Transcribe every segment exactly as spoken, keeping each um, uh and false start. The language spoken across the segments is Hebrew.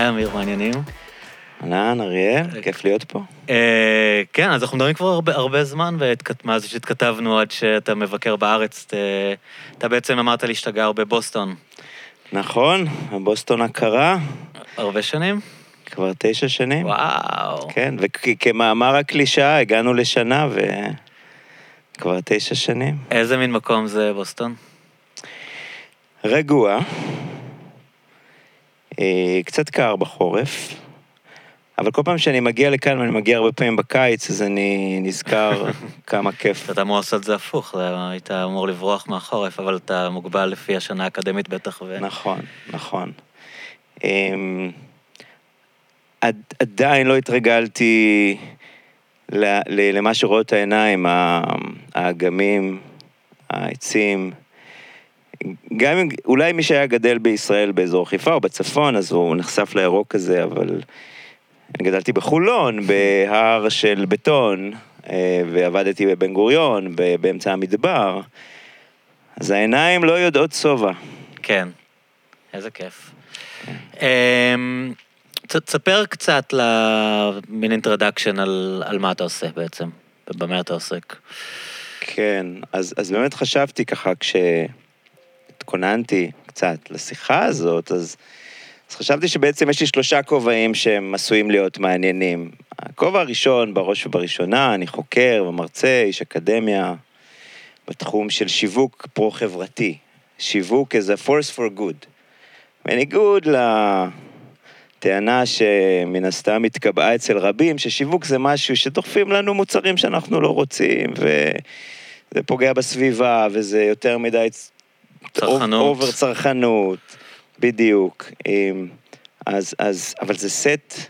אמיר, מעניינים? אהלן, אריאל, כיף להיות פה. כן, אז אנחנו מדברים כבר הרבה זמן, מאז שהתכתבנו עד שאתה מבקר בארץ, אתה בעצם אמרת לי שאתה גר בבוסטון. נכון, בבוסטון הקרה. הרבה שנים? כבר תשע שנים. וואו. כן, וכמאמר הקלישה, הגענו לשנה וכבר תשע שנים. איזה מין מקום זה בוסטון? רגוע, קצת קר בחורף, אבל כל פעם שאני מגיע לכאן, ואני מגיע הרבה פעמים בקיץ, אז אני נזכר כמה כיף. אתה אמור לעשות זה הפוך, היית אמור לברוח מהחורף, אבל אתה מוגבל לפי השנה האקדמית בטח. ו... נכון, נכון. עד, עדיין לא התרגלתי למה שרואה את העיניים, האגמים, העצים. גם אם, אולי מי שהיה גדל בישראל באזור חיפה או בצפון, אז הוא נחשף לירוק הזה, אבל אני גדלתי בחולון, בהר של בטון, ועבדתי בבן גוריון, באמצע המדבר, אז העיניים לא יודעות סובה. כן, איזה כיף. תספר קצת למין אינטרדקשן על, על מה אתה עושה בעצם, במה אתה עוסק. כן, אז, אז באמת חשבתי ככה, כשהתכוננתי קצת לשיחה הזאת, אז, אז חשבתי שבעצם יש לי שלושה כובעים שהם עשויים להיות מעניינים. הכובע הראשון, בראש ובראשונה, אני חוקר ומרצה, איש אקדמיה, בתחום של שיווק פרו-חברתי. שיווק is a force for good. בניגוד ל... טענה שמן הסתם התקבעה אצל רבים, ששיווק זה משהו שדוחפים לנו מוצרים שאנחנו לא רוצים, וזה פוגע בסביבה, וזה יותר מדי... צרכנות. אובר צרכנות, בדיוק. אז, אז, אבל זה סט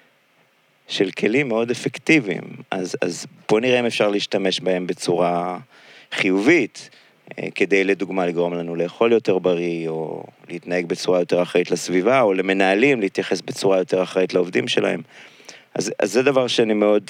של כלים מאוד אפקטיביים, אז, אז בוא נראה אם אפשר להשתמש בהם בצורה חיובית, כדי לדוגמה לגרום לנו לאכול יותר בריא, או להתנהג בצורה יותר אחראית לסביבה, או למנהלים להתייחס בצורה יותר אחראית לעובדים שלהם. אז, אז זה דבר שאני מאוד,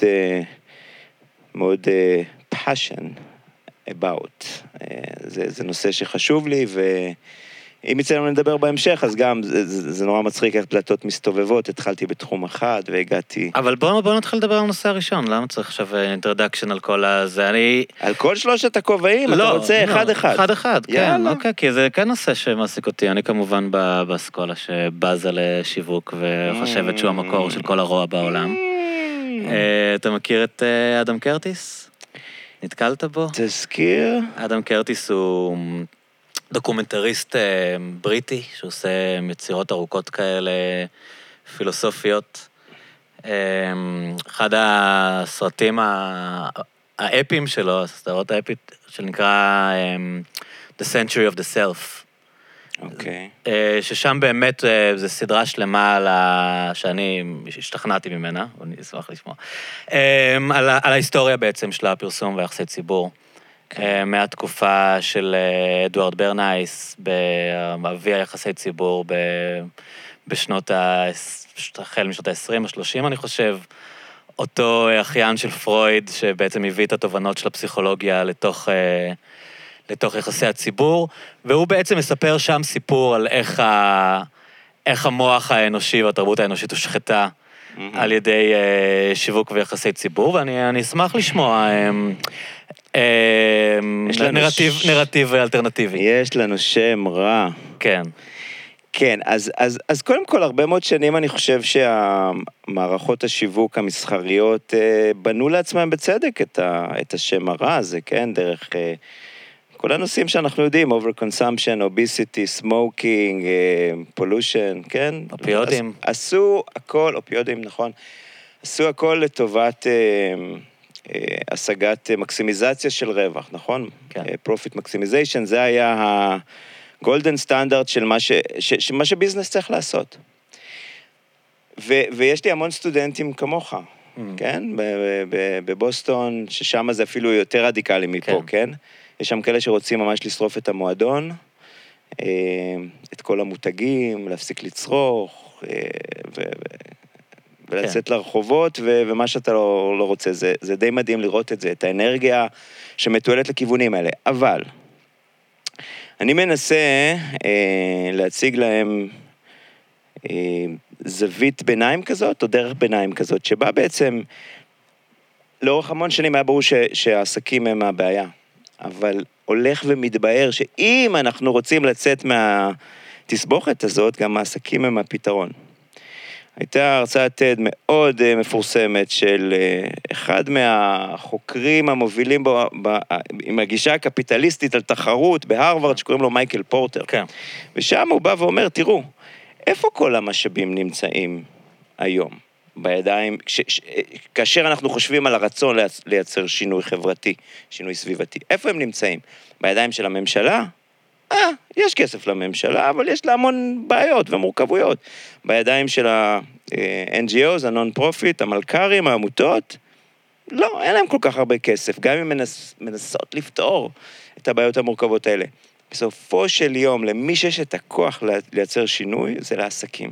מאוד passion about. זה, זה נושא שחשוב לי, ואם יצא לנו לדבר בהמשך, אז גם זה, זה, זה נורא מצחיק איך פלטות מסתובבות, התחלתי בתחום אחד והגעתי... אבל בואו בוא נתחיל לדבר על הנושא הראשון, למה צריך עכשיו אינטרדקשן על כל הזה? אני... על כל שלושת הכובעים, לא, אתה רוצה אחד לא, אחד. אחד אחד, יאללה. כן, אוקיי, כי זה כן נושא שמעסיק אותי, אני כמובן באסכולה שבאזה לשיווק, וחושבת שהוא המקור של כל הרוע בעולם. אתה מכיר את אדם קרטיס? נתקלת בו? תזכיר. אדם קרטיס הוא דוקומנטריסט בריטי, שעושה יצירות ארוכות כאלה, פילוסופיות. אחד הסרטים האפיים שלו, הסדרות האפית, שנקרא The Century of the Self. אוקיי. ששם באמת זו סדרה שלמה שאני השתכנעתי ממנה, ואני אשמח לשמוע, על, על ההיסטוריה בעצם של הפרסום ויחסי ציבור. מהתקופה של אדוארד ברנייס, באבי היחסי ציבור, בשנות ה... החל משנות ה-עשרים, ה-שלושים, אני חושב, אותו אחיין של פרויד, שבעצם הביא את התובנות של הפסיכולוגיה לתוך, לתוך יחסי הציבור, והוא בעצם מספר שם סיפור על איך, ה... איך המוח האנושי והתרבות האנושית הושחתה mm-hmm. על ידי שיווק ויחסי ציבור, ואני אני אשמח לשמוע נרטיב, ש... נרטיב אלטרנטיבי. יש לנו שם רע. כן. כן, אז, אז, אז קודם כל, הרבה מאוד שנים אני חושב שהמערכות השיווק המסחריות בנו לעצמם בצדק את, ה, את השם הרע הזה, כן? דרך כל הנושאים שאנחנו יודעים, overconsumption, obesity, smoking, pollution, כן? אופיודים. עשו הכל, אופיודים, נכון. עשו הכל לטובת השגת מקסימיזציה של רווח, נכון? כן. Profit maximization, זה היה ה... גולדן סטנדרט של מה, ש, ש, ש, מה שביזנס צריך לעשות. ו, ויש לי המון סטודנטים כמוך, mm. כן? בבוסטון, ששם זה אפילו יותר רדיקלי מפה, כן. כן? יש שם כאלה שרוצים ממש לשרוף את המועדון, את כל המותגים, להפסיק לצרוך, ו, ו, ולצאת כן. לרחובות, ו, ומה שאתה לא, לא רוצה, זה, זה די מדהים לראות את זה, את האנרגיה שמתועלת לכיוונים האלה. אבל... אני מנסה אה, להציג להם אה, זווית ביניים כזאת, או דרך ביניים כזאת, שבה בעצם, לאורך המון שנים היה ברור ש, שהעסקים הם הבעיה, אבל הולך ומתבהר שאם אנחנו רוצים לצאת מהתסבוכת הזאת, גם העסקים הם הפתרון. הייתה הרצאת TED מאוד מפורסמת של אחד מהחוקרים המובילים בו, ב, עם הגישה הקפיטליסטית על תחרות בהרווארד, שקוראים לו מייקל פורטר. כן. ושם הוא בא ואומר, תראו, איפה כל המשאבים נמצאים היום? בידיים, ש, ש, כאשר אנחנו חושבים על הרצון לייצר שינוי חברתי, שינוי סביבתי, איפה הם נמצאים? בידיים של הממשלה? אה, יש כסף לממשלה, אבל יש לה המון בעיות ומורכבויות. בידיים של ה-אן ג'י או'ס, ה-Non-Profit, המלכ"רים, העמותות, לא, אין להם כל כך הרבה כסף, גם אם מנס, מנסות לפתור את הבעיות המורכבות האלה. בסופו של יום, למי שיש את הכוח לייצר שינוי, זה לעסקים.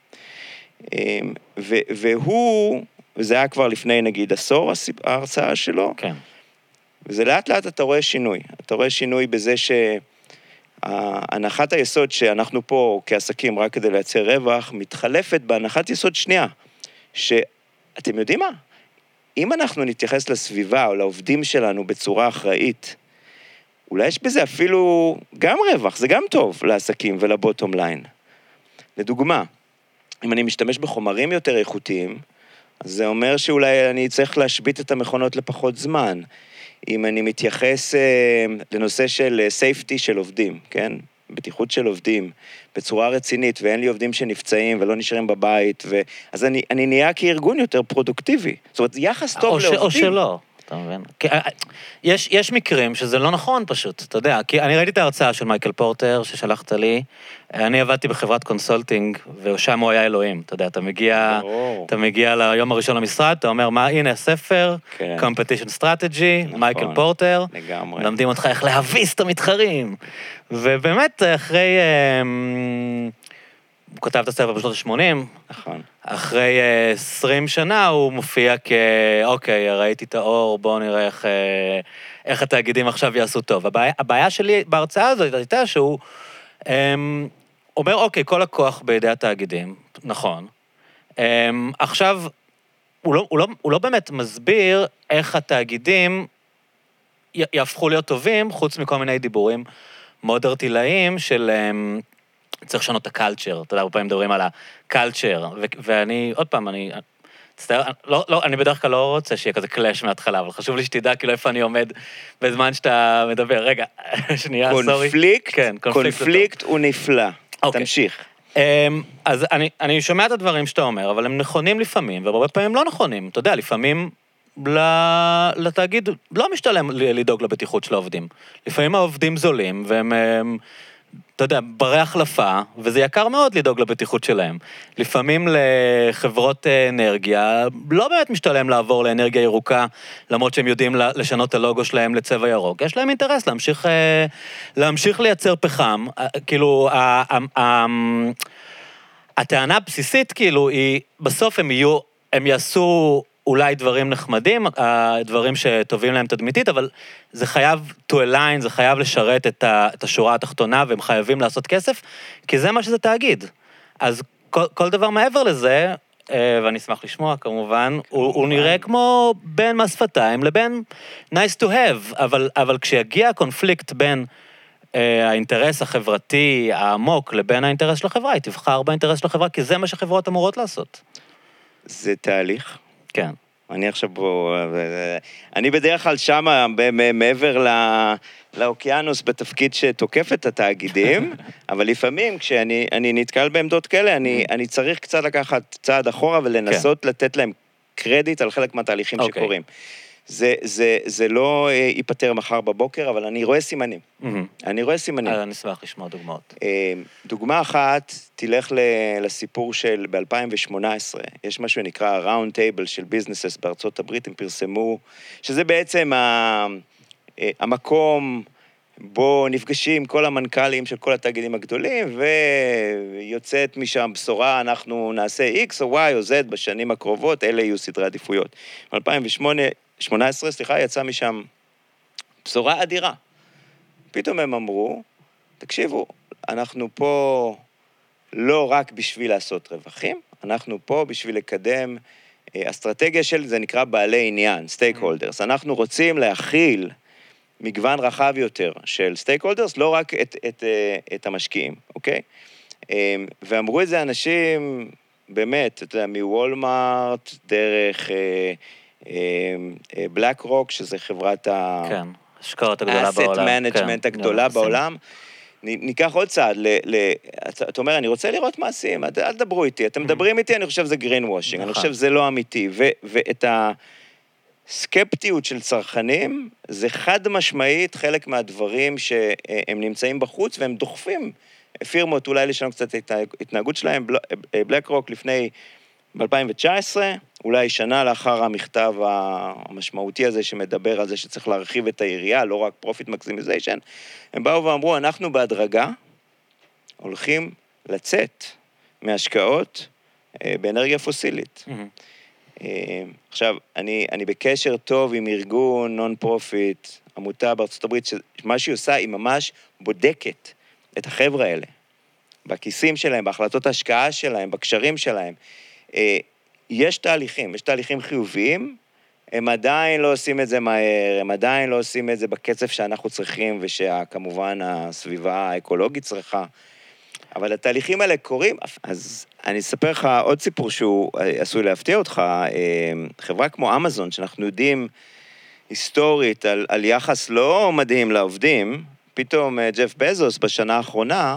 והוא, וזה היה כבר לפני נגיד עשור, ההרצאה שלו, כן. וזה לאט לאט אתה רואה שינוי. אתה רואה שינוי בזה שהנחת היסוד שאנחנו פה כעסקים רק כדי לייצר רווח, מתחלפת בהנחת יסוד שנייה, שאתם יודעים מה? אם אנחנו נתייחס לסביבה או לעובדים שלנו בצורה אחראית, אולי יש בזה אפילו גם רווח, זה גם טוב לעסקים ולבוטום ליין. לדוגמה, אם אני משתמש בחומרים יותר איכותיים, אז זה אומר שאולי אני צריך להשבית את המכונות לפחות זמן. אם אני מתייחס אה, לנושא של safety של עובדים, כן? בטיחות של עובדים, בצורה רצינית, ואין לי עובדים שנפצעים ולא נשארים בבית, ו... אז אני, אני נהיה כארגון יותר פרודוקטיבי. זאת אומרת, יחס טוב או ש... לעובדים. או שלא. אתה מבין? יש, יש מקרים שזה לא נכון פשוט, אתה יודע, כי אני ראיתי את ההרצאה של מייקל פורטר ששלחת לי, אני עבדתי בחברת קונסולטינג, ושם הוא היה אלוהים, אתה יודע, אתה מגיע, אתה מגיע ליום הראשון למשרד, אתה אומר, מה, הנה הספר, כן. Competition Strategy, נכון, מייקל פורטר, לגמרי. למדים אותך איך להביס את המתחרים, ובאמת, אחרי... הוא כתב את הספר בשנות ה-שמונים, נכון. אחרי עשרים שנה הוא מופיע כ... אוקיי, ראיתי את האור, בואו נראה איך, איך התאגידים עכשיו יעשו טוב. הבעיה, הבעיה שלי בהרצאה הזאת הייתה שהוא אמ, אומר, אוקיי, כל הכוח בידי התאגידים, נכון. אמ, עכשיו, הוא לא, הוא, לא, הוא לא באמת מסביר איך התאגידים י, יהפכו להיות טובים, חוץ מכל מיני דיבורים מאוד ארטילאיים של... אמ, צריך לשנות את הקלצ'ר, אתה יודע, הרבה פעמים מדברים על הקלצ'ר, ואני, עוד פעם, אני, תצטער, לא, לא, אני בדרך כלל לא רוצה שיהיה כזה קלאש מההתחלה, אבל חשוב לי שתדע, כאילו, איפה אני עומד בזמן שאתה מדבר. רגע, שנייה, סורי. קונפליקט, כן, קונפליקט, קונפליקט הוא נפלא. אוקיי. תמשיך. אז אני, אני שומע את הדברים שאתה אומר, אבל הם נכונים לפעמים, והרבה פעמים לא נכונים. אתה יודע, לפעמים לתאגיד לא משתלם לדאוג לבטיחות של העובדים. לפעמים העובדים זולים, והם... אתה יודע, ברי החלפה, וזה יקר מאוד לדאוג לבטיחות שלהם. לפעמים לחברות אנרגיה, לא באמת משתלם לעבור לאנרגיה ירוקה, למרות שהם יודעים לשנות את הלוגו שלהם לצבע ירוק. יש להם אינטרס להמשיך, להמשיך לייצר פחם. כאילו, הטענה הבסיסית, כאילו, היא, בסוף הם יהיו, הם יעשו... אולי דברים נחמדים, דברים שטובים להם תדמיתית, אבל זה חייב to align, זה חייב לשרת את השורה התחתונה, והם חייבים לעשות כסף, כי זה מה שזה תאגיד. אז כל, כל דבר מעבר לזה, ואני אשמח לשמוע כמובן, הוא, הוא נראה כמו בין מהשפתיים לבין nice to have, אבל, אבל כשיגיע הקונפליקט בין האינטרס החברתי העמוק לבין האינטרס של החברה, היא תבחר באינטרס של החברה, כי זה מה שחברות אמורות לעשות. זה תהליך. כן. אני עכשיו בו, אני בדרך כלל שמה, מעבר לאוקיינוס בתפקיד שתוקף את התאגידים, אבל לפעמים כשאני אני נתקל בעמדות כאלה, אני, אני צריך קצת לקחת צעד אחורה ולנסות לתת להם קרדיט על חלק מהתהליכים שקורים. זה, זה, זה לא ייפטר מחר בבוקר, אבל אני רואה סימנים. אני רואה סימנים. אני אשמח לשמוע דוגמאות. דוגמה אחת, תלך לסיפור של ב-אלפיים ושמונה עשרה, יש משהו שנקרא ראונד טייבל של ביזנסס בארצות הברית, הם פרסמו, שזה בעצם המקום בו נפגשים כל המנכ"לים של כל התאגידים הגדולים, ויוצאת משם בשורה, אנחנו נעשה X או Y או Z בשנים הקרובות, אלה יהיו סדרי עדיפויות. ב-אלפיים ושמונה עשרה, סליחה, יצא משם בשורה אדירה. פתאום הם אמרו, תקשיבו, אנחנו פה לא רק בשביל לעשות רווחים, אנחנו פה בשביל לקדם אסטרטגיה של, זה נקרא בעלי עניין, stakeholders. אנחנו רוצים להכיל מגוון רחב יותר של stakeholders, לא רק את, את, את המשקיעים, אוקיי? ואמרו את זה אנשים, באמת, אתה יודע, מוולמארט, דרך בלק רוק, שזה חברת ה... כן, השקעות הגדולה בעולם. asset management הגדולה בעולם. ניקח עוד צעד, אתה אומר, אני רוצה לראות מעשים, אל תדברו איתי, אתם מדברים איתי, אני חושב שזה green washing, אני חושב שזה לא אמיתי, ואת הסקפטיות של צרכנים, זה חד משמעית חלק מהדברים שהם נמצאים בחוץ, והם דוחפים פירמות אולי לשנות קצת את ההתנהגות שלהם. בלק רוק לפני, ב-אלפיים תשע עשרה, אולי שנה לאחר המכתב המשמעותי הזה שמדבר על זה שצריך להרחיב את העירייה, לא רק profit maximization, הם באו ואמרו, אנחנו בהדרגה הולכים לצאת מהשקעות באנרגיה פוסילית. Mm-hmm. עכשיו, אני, אני בקשר טוב עם ארגון נון-פרופיט, עמותה בארצות הברית, שמה שהיא עושה היא ממש בודקת את החבר'ה האלה, בכיסים שלהם, בהחלטות ההשקעה שלהם, בקשרים שלהם. יש תהליכים, יש תהליכים חיוביים, הם עדיין לא עושים את זה מהר, הם עדיין לא עושים את זה בקצב שאנחנו צריכים, ושכמובן הסביבה האקולוגית צריכה, אבל התהליכים האלה קורים. אז אני אספר לך עוד סיפור שהוא עשוי להפתיע אותך, חברה כמו אמזון, שאנחנו יודעים היסטורית על, על יחס לא מדהים לעובדים, פתאום ג'ף בזוס בשנה האחרונה,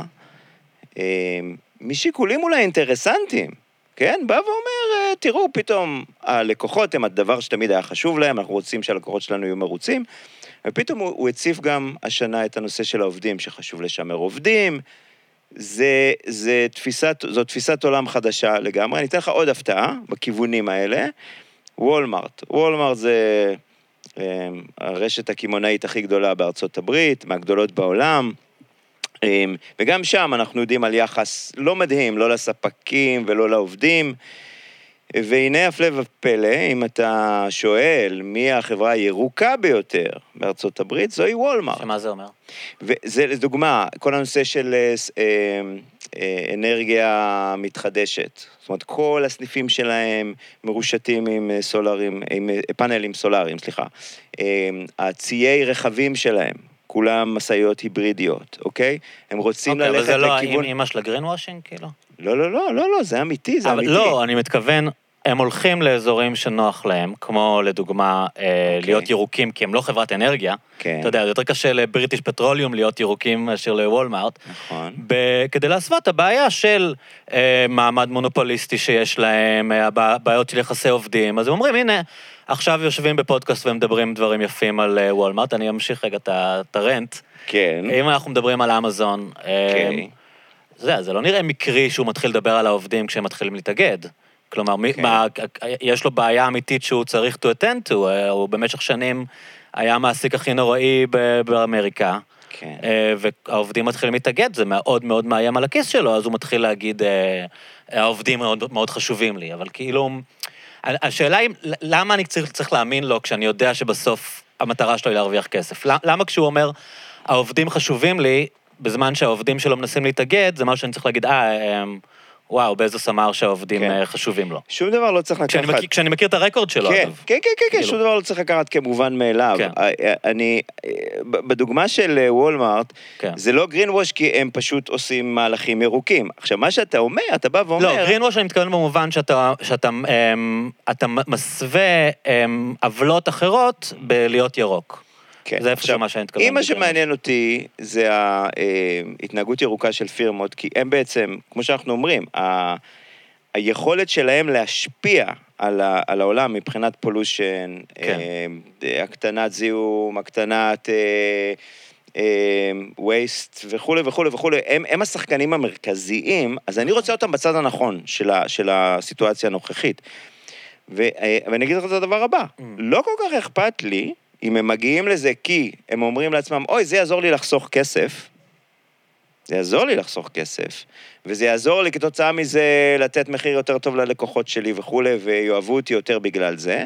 משיקולים אולי אינטרסנטיים, כן? בא ואומר, תראו, פתאום הלקוחות הם הדבר שתמיד היה חשוב להם, אנחנו רוצים שהלקוחות שלנו יהיו מרוצים, ופתאום הוא, הוא הציף גם השנה את הנושא של העובדים, שחשוב לשמר עובדים, זה, זה תפיסת, זו תפיסת עולם חדשה לגמרי. אני אתן לך עוד הפתעה בכיוונים האלה, וולמארט. וולמארט זה הרשת הקימונאית הכי גדולה בארצות הברית, מהגדולות בעולם, וגם שם אנחנו יודעים על יחס לא מדהים, לא לספקים ולא לעובדים, והנה הפלא ופלא, אם אתה שואל מי החברה הירוקה ביותר בארצות הברית, זוהי וולמארט. שמה זה אומר? וזה לדוגמה, כל הנושא של אנרגיה מתחדשת, זאת אומרת, כל הסניפים שלהם מרושתים עם סולרים, עם פאנלים סולריים, סליחה, הציי רכבים שלהם, כולם מסעיות היברידיות, אוקיי? הם רוצים אוקיי, ללכת לכיוון... לכיוון... אוקיי, אבל זה לא אימא של הגרין וושינג, כאילו? לא, לא, לא, לא, לא, זה אמיתי, זה אבל אמיתי. לא, אני מתכוון, הם הולכים לאזורים שנוח להם, כמו לדוגמה, אה, אוקיי. להיות ירוקים, כי הם לא חברת אנרגיה. כן. אתה יודע, זה יותר קשה לבריטיש פטרוליום להיות ירוקים מאשר לוולמארט. נכון. ב- כדי להסוות את הבעיה של אה, מעמד מונופוליסטי שיש להם, אה, הבעיות של יחסי עובדים, אז הם אומרים, הנה, עכשיו יושבים בפודקאסט ומדברים דברים יפים על אה, וולמארט, אני אמשיך רגע את הרנט. כן. אם אנחנו מדברים על אמזון, אוקיי. זה, זה לא נראה מקרי שהוא מתחיל לדבר על העובדים כשהם מתחילים להתאגד. כלומר, מי, מה, יש לו בעיה אמיתית שהוא צריך to attend to, הוא במשך שנים היה המעסיק הכי נוראי באמריקה, כן. והעובדים מתחילים להתאגד, זה מאוד מאוד מאיים על הכיס שלו, אז הוא מתחיל להגיד, העובדים מאוד, מאוד חשובים לי, אבל כאילו, השאלה היא, למה אני צריך, צריך להאמין לו כשאני יודע שבסוף המטרה שלו היא להרוויח כסף? למה כשהוא אומר, העובדים חשובים לי, בזמן שהעובדים שלו מנסים להתאגד, זה משהו שאני צריך להגיד, אה, וואו, בזוס אמר שהעובדים כן. חשובים לו. שום דבר לא צריך לקחת... כשאני, מכיר, כשאני מכיר את הרקורד שלו, כן, אגב. כן, כן, כן, כן, שום דבר לא צריך לקחת כמובן מאליו. כן. אני, בדוגמה של וולמארט, כן. זה לא גרין ווש, כי הם פשוט עושים מהלכים ירוקים. עכשיו, מה שאתה אומר, אתה בא ואומר... לא, גרין ווש אני מתכוון במובן שאתה, שאתה אמ, אתה מסווה אמ, עוולות אחרות בלהיות ירוק. כן. זה איפה שמה שאני מתכוון. אם מה שמעניין אותי זה ההתנהגות ירוקה של פירמות, כי הם בעצם, כמו שאנחנו אומרים, ה... היכולת שלהם להשפיע על, ה... על העולם מבחינת פולושן, כן. אה, הקטנת זיהום, הקטנת אה, אה, וייסט וכו' וכו' וכו', הם, הם השחקנים המרכזיים, אז אני רוצה אותם בצד הנכון של, ה... של הסיטואציה הנוכחית. ו... ואני אגיד לך את הדבר הבא, mm. לא כל כך אכפת לי, אם הם מגיעים לזה כי הם אומרים לעצמם, אוי, זה יעזור לי לחסוך כסף, זה יעזור לי לחסוך כסף, וזה יעזור לי כתוצאה מזה לתת מחיר יותר טוב ללקוחות שלי וכו', ויואבו אותי יותר בגלל זה.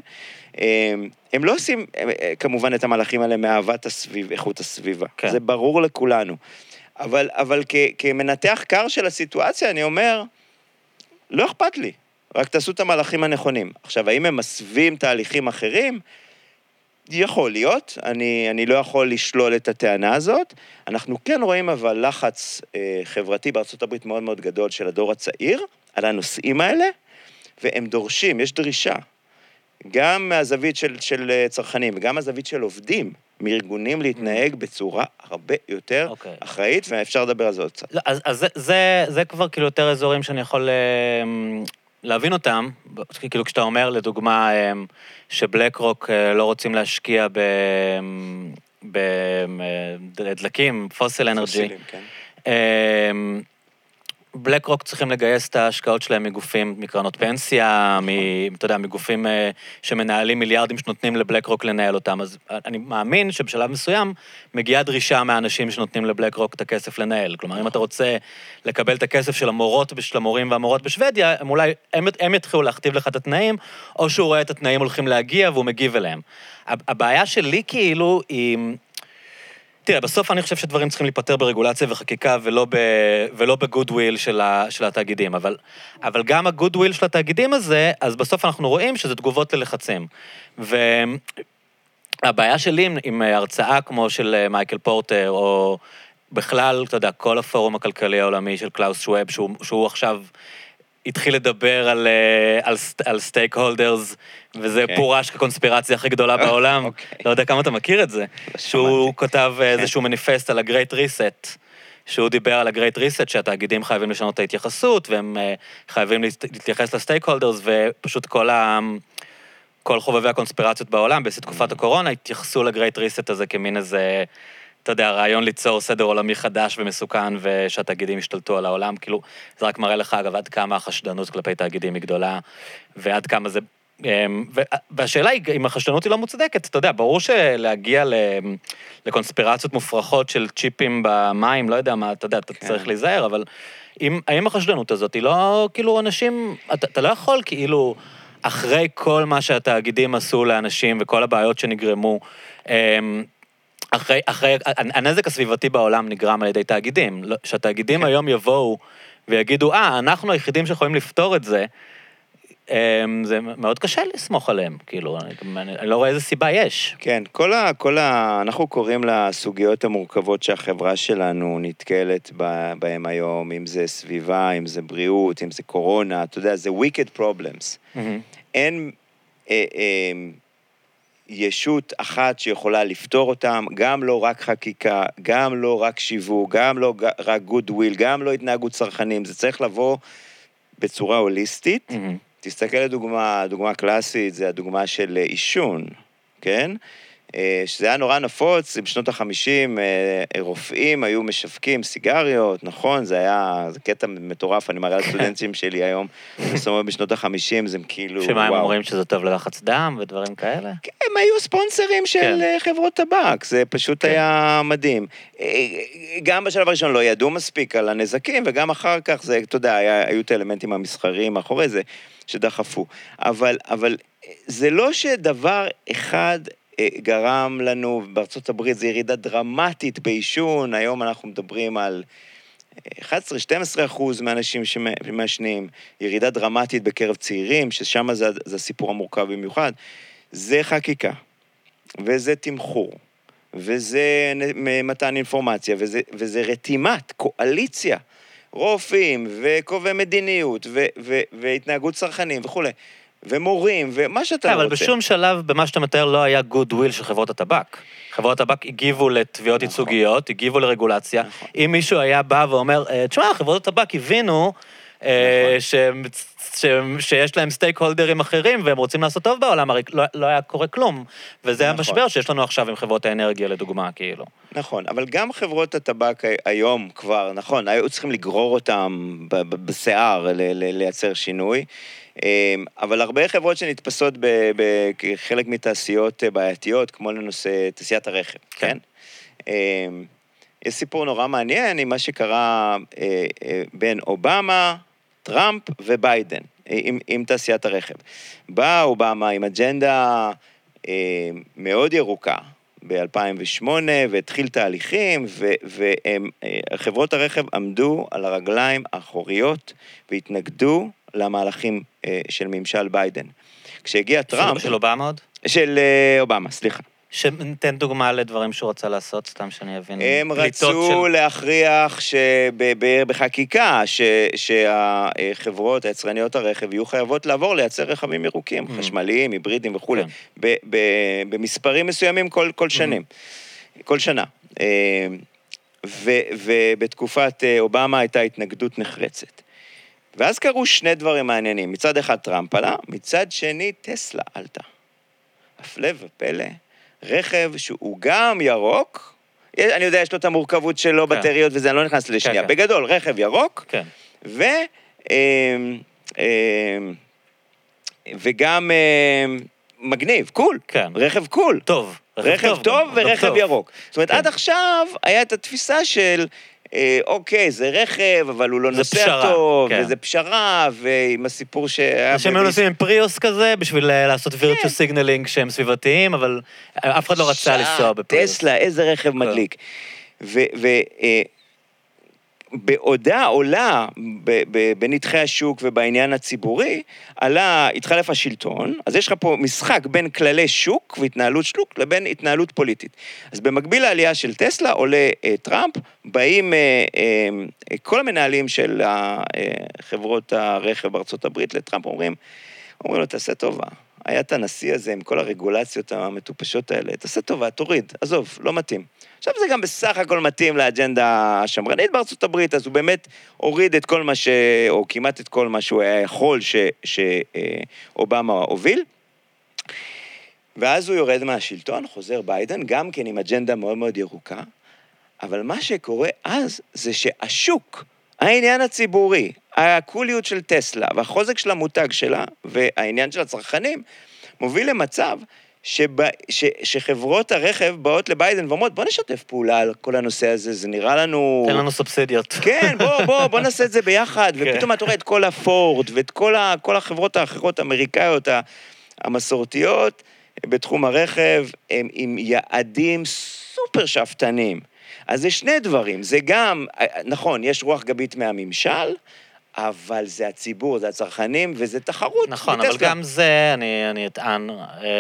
הם לא עושים, כמובן, את המהלכים האלה מאהבת הסביב, איכות הסביבה. כן. זה ברור לכולנו. אבל, אבל כ, כמנתח קר של הסיטואציה, אני אומר, לא אכפת לי. רק תעשו את המהלכים הנכונים. עכשיו, האם הם מסווים תהליכים אחרים? יכול להיות, אני, אני לא יכול לשלול את הטענה הזאת. אנחנו כן רואים אבל לחץ אה, חברתי בארצות הברית מאוד מאוד גדול של הדור הצעיר, על הנושאים האלה, והם דורשים, יש דרישה, גם מהזווית של, של צרכנים, וגם מהזווית של עובדים, מארגונים להתנהג בצורה הרבה יותר okay. אחראית, ואפשר לדבר על זה עוד קצת. אז, אז זה, זה, זה כבר כאילו יותר אזורים שאני יכול להבין אותם, כאילו כשאתה אומר לדוגמה, שבלק רוק לא רוצים להשקיע בדלקים, פוסיל אנרגי. בלק רוק צריכים לגייס את ההשקעות שלהם מגופים, מקרנות פנסיה, מ, אתה יודע, מגופים שמנהלים מיליארדים שנותנים לבלק רוק לנהל אותם. אז אני מאמין שבשלב מסוים מגיעה דרישה מהאנשים שנותנים לבלק רוק את הכסף לנהל. כלומר, אם אתה רוצה לקבל את הכסף של המורות, של המורים והמורות בשוודיה, הם אולי, הם, הם יתחילו להכתיב לך את התנאים, או שהוא רואה את התנאים הולכים להגיע והוא מגיב אליהם. הבעיה שלי כאילו היא... תראה, בסוף אני חושב שדברים צריכים להיפטר ברגולציה וחקיקה, ולא ב, ולא בגודוויל של, ה, של התאגידים, אבל, אבל גם הגודוויל של התאגידים הזה, אז בסוף אנחנו רואים שזה תגובות ללחצים. והבעיה שלי עם הרצאה כמו של מייקל פורטר, או בכלל, אתה יודע, כל הפורום הכלכלי העולמי של קלאוס שוואב, שהוא, שהוא עכשיו התחיל לדבר על, על, על סטייק הולדרס, וזה okay. פורש כקונספירציה הכי גדולה בעולם. Okay. לא יודע כמה אתה מכיר את זה. שהוא כותב okay. איזשהו מניפסט על ה-Great Reset, שהוא דיבר על ה-Great Reset, שהתאגידים חייבים לשנות את ההתייחסות, והם חייבים להתייחס לסטייק הולדרס, ופשוט כל, ה... כל חובבי הקונספירציות בעולם, בתקופת הקורונה, התייחסו ל-Great Reset הזה כמין איזה... אתה יודע, הרעיון ליצור סדר עולמי חדש ומסוכן, ושהתאגידים ישתלטו על העולם, כאילו, זה רק מראה לך, אגב, עד כמה החשדנות כלפי תאגידים היא גדולה, ועד כמה זה... והשאלה היא, אם החשדנות היא לא מוצדקת, אתה יודע, ברור שלהגיע לקונספירציות מופרכות של צ'יפים במים, לא יודע מה, אתה יודע, אתה צריך להיזהר, אבל האם החשדנות הזאת היא לא, כאילו, אנשים, אתה לא יכול, כאילו, אחרי כל מה שהתאגידים עשו לאנשים, וכל הבעיות שנגרמו, אחרי, אחרי, הנזק הסביבתי בעולם נגרם על ידי תאגידים, שהתאגידים היום יבואו ויגידו, אה, אנחנו היחידים שיכולים לפתור את זה, זה מאוד קשה לסמוך עליהם, כאילו, אני לא רואה איזה סיבה יש. כן, כל ה, כל ה, אנחנו קוראים לסוגיות המורכבות שהחברה שלנו נתקלת בהם היום, אם זה סביבה, אם זה בריאות, אם זה קורונה, אתה יודע, זה wicked problems. אין... אה, אה, ישות אחת שיכולה לפתור אותם, גם לא רק חקיקה, גם לא רק שיווק, גם לא רק גודוויל, גם לא התנהגות צרכנים, זה צריך לבוא בצורה הוליסטית. Mm-hmm. תסתכל לדוגמה, דוגמה קלאסית, זה הדוגמה של עישון, כן? שזה היה נורא נפוץ, בשנות החמישים רופאים היו משווקים סיגריות, נכון? זה היה, זה קטע מטורף, אני מראה לסטודנטים שלי היום, זאת אומרת, בשנות החמישים זה כאילו, שמה הם אומרים שזה טוב ללחץ דם ודברים כאלה? כן, הם היו ספונסרים של חברות טבק, זה פשוט היה מדהים. גם בשלב הראשון לא ידעו מספיק על הנזקים, וגם אחר כך זה, אתה יודע, היו את האלמנטים המסחריים מאחורי זה, שדחפו. אבל, אבל זה לא שדבר אחד גרם לנו, בארצות הברית זה ירידה דרמטית בעישון, היום אנחנו מדברים על אחד עשר עד שתים עשרה אחוז מהאנשים שמעשנים, ירידה דרמטית בקרב צעירים, ששם זה, זה הסיפור המורכב במיוחד, זה חקיקה, וזה תמחור, וזה מתן אינפורמציה, וזה, וזה רתימת, קואליציה, רופאים, וקובעי מדיניות, ו, ו, והתנהגות צרכנים וכו'. ומורים, ומה שאתה אבל רוצה. אבל בשום שלב, במה שאתה מתאר, לא היה good will של חברות הטבק. חברות הטבק הגיבו לתביעות נכון. ייצוגיות, הגיבו לרגולציה. נכון. אם מישהו היה בא ואומר, תשמע, חברות הטבק הבינו נכון. ש... ש... שיש להם סטייק הולדרים אחרים, והם רוצים לעשות טוב בעולם, הרי לא, לא היה קורה כלום. וזה נכון. המשבר שיש לנו עכשיו עם חברות האנרגיה, לדוגמה, כאילו. נכון, אבל גם חברות הטבק היום כבר, נכון, היו צריכים לגרור אותם בשיער, לייצר שינוי, אבל הרבה חברות שנתפסות כחלק מתעשיות בעייתיות, כמו לנושא תעשיית הרכב, כן? יש סיפור נורא מעניין עם מה שקרה בין אובמה, טראמפ וביידן, עם, עם תעשיית הרכב. בא אובמה עם אג'נדה מאוד ירוקה, ב-אלפיים ושמונה, והתחיל תהליכים, וחברות הרכב עמדו על הרגליים האחוריות, והתנגדו למהלכים של ממשל ביידן. כשהגיע טראמפ... של אובמה עוד? של אובמה, סליחה. שתן דוגמה לדברים שהוא רצה לעשות, סתם שאני אבין. הם רצו של... להכריח בחקיקה ש... שהחברות, היצרניות הרכב, יהיו חייבות לעבור לייצר רכבים ירוקים, mm-hmm. חשמליים, היברידים וכו'. כן. ב... ב... במספרים מסוימים כל, כל שנים, mm-hmm. כל שנה. ו... ובתקופת אובמה הייתה התנגדות נחרצת. ואז קרו שני דברים מעניינים. מצד אחד טראמפ עלה, מצד שני טסלה עלתה. הפלא ופלא. רכב שהוא גם ירוק, אני יודע, יש לו את המורכבות שלו, כן. בטריות, וזה אני לא נכנס לשנייה. כן, בגדול, רכב ירוק, כן. ו... וגם מגניב, קול. כן. רכב קול. טוב. רכב טוב, טוב ורכב טוב. ירוק. זאת אומרת, כן. עד עכשיו היה את התפיסה של... אוקיי, זה רכב, אבל הוא לא נוסע פשרה, טוב, כן. וזה פשרה, ועם הסיפור שהיה... שהם היו נוסעים עם פריוס כזה, בשביל לעשות וירטואל סיגנלינג שהם סביבתיים, אבל אף אחד לא רצה לנסוע בפריוס. טסלה, איזה רכב מדליק. ובעודה עולה, בנתחי השוק ובעניין הציבורי, עלה, התחלף השלטון, אז יש לך פה משחק בין כללי שוק והתנהלות שוק, לבין התנהלות פוליטית. אז במקביל לעלייה של טסלה, עולה טראמפ, באים כל המנהלים של חברות הרכב בארצות הברית לטראמפ, אומרים, אומרים לו, תעשה טובה. היה את הנשיא הזה עם כל הרגולציות המטופשות האלה, תעשה טובה, תוריד, עזוב, לא מתאים. עכשיו זה גם בסך הכל מתאים לאג'נדה השמרנית בארצות הברית, אז הוא באמת הוריד את כל מה ש... או כמעט את כל מה שהוא היה יכול ש... שאובמה הוביל. ואז הוא יורד מהשלטון, חוזר ביידן, גם כן עם אג'נדה מאוד מאוד ירוקה, אבל מה שקורה אז זה שהשוק, העניין הציבורי, הקוליות של טסלה והחוזק של המותג שלה והעניין של הצרכנים, מוביל למצב שבא, ש, שחברות הרכב באות לביידן ואומרות, בוא נשתף פעולה על כל הנושא הזה, זה נראה לנו... תן לנו סובסידיות. כן, בוא, בוא, בוא נעשה את זה ביחד, ופתאום אתה רואה את כל הפורד ואת כל, ה, כל החברות האחרות האמריקאיות המסורתיות בתחום הרכב, הם עם יעדים סופר שפטנים. אז זה שני דברים, זה גם, נכון, יש רוח גבית מהממשל, אבל זה הציבור, זה הצרכנים, וזה תחרות. נכון, אבל גם זה, אני, אני אטען,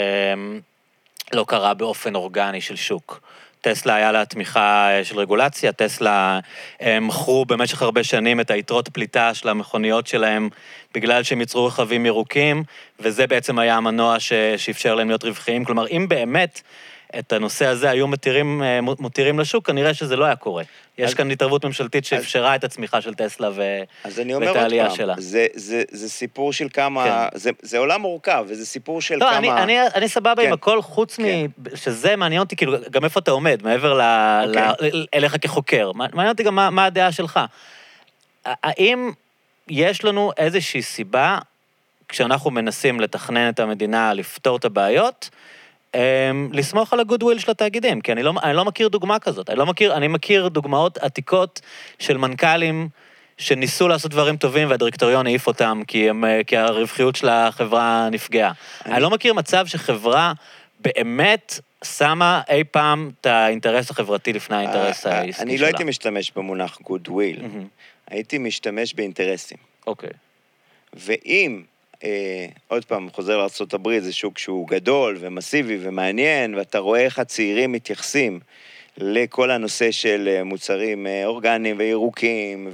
לא קרה באופן אורגני של שוק. טסלה היה לה תמיכה של רגולציה, טסלה מכרו במשך הרבה שנים את היתרות פליטה של המכוניות שלהם, בגלל שהם יצרו רכבים ירוקים, וזה בעצם היה המנוע שאפשר להם להיות רווחיים. כלומר, אם באמת את הנושא הזה היו מתירים, מותירים לשוק, כנראה שזה לא היה קורה. יש כאן התערבות ממשלתית שאפשרה את הצמיחה של טסלה ואת העלייה שלה. זה, זה, זה סיפור של כמה, זה, זה עולם מורכב, וזה סיפור של כמה... אני, אני, אני סבבה עם הכל, חוץ מ... שזה מעניין אותי, כאילו, גם איפה אתה עומד, מעבר אליך כחוקר. מעניין אותי גם מה, מה הדעה שלך. האם יש לנו איזושהי סיבה, כשאנחנו מנסים לתכנן את המדינה, לפתור את הבעיות, לסמוך על הגודוויל של התאגידים, כי אני לא, אני לא מכיר דוגמה כזאת, אני לא מכיר, אני מכיר דוגמאות עתיקות של מנכ"לים שניסו לעשות דברים טובים והדירקטוריון העיף אותם, כי, הם, כי הרווחיות של החברה נפגעה. אני... אני לא מכיר מצב שחברה באמת שמה אי פעם את האינטרס החברתי לפני האינטרס העסקי שלה. אני לא הייתי משתמש במונח גודוויל, הייתי משתמש באינטרסים. אוקיי. ואם אה, עוד פעם, חוזר לארצות הברית, זה שוק שהוא גדול ומסיבי ומעניין, ואתה רואה איך הצעירים מתייחסים לכל הנושא של מוצרים אורגניים וירוקים,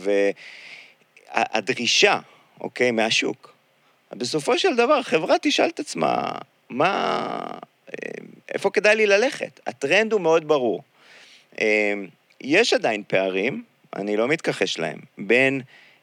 והדרישה, אוקיי, מהשוק. בסופו של דבר, חברה תשאל את עצמה, מה, איפה כדאי לי ללכת? הטרנד הוא מאוד ברור. יש עדיין פערים, אני לא מתכחש להם, בין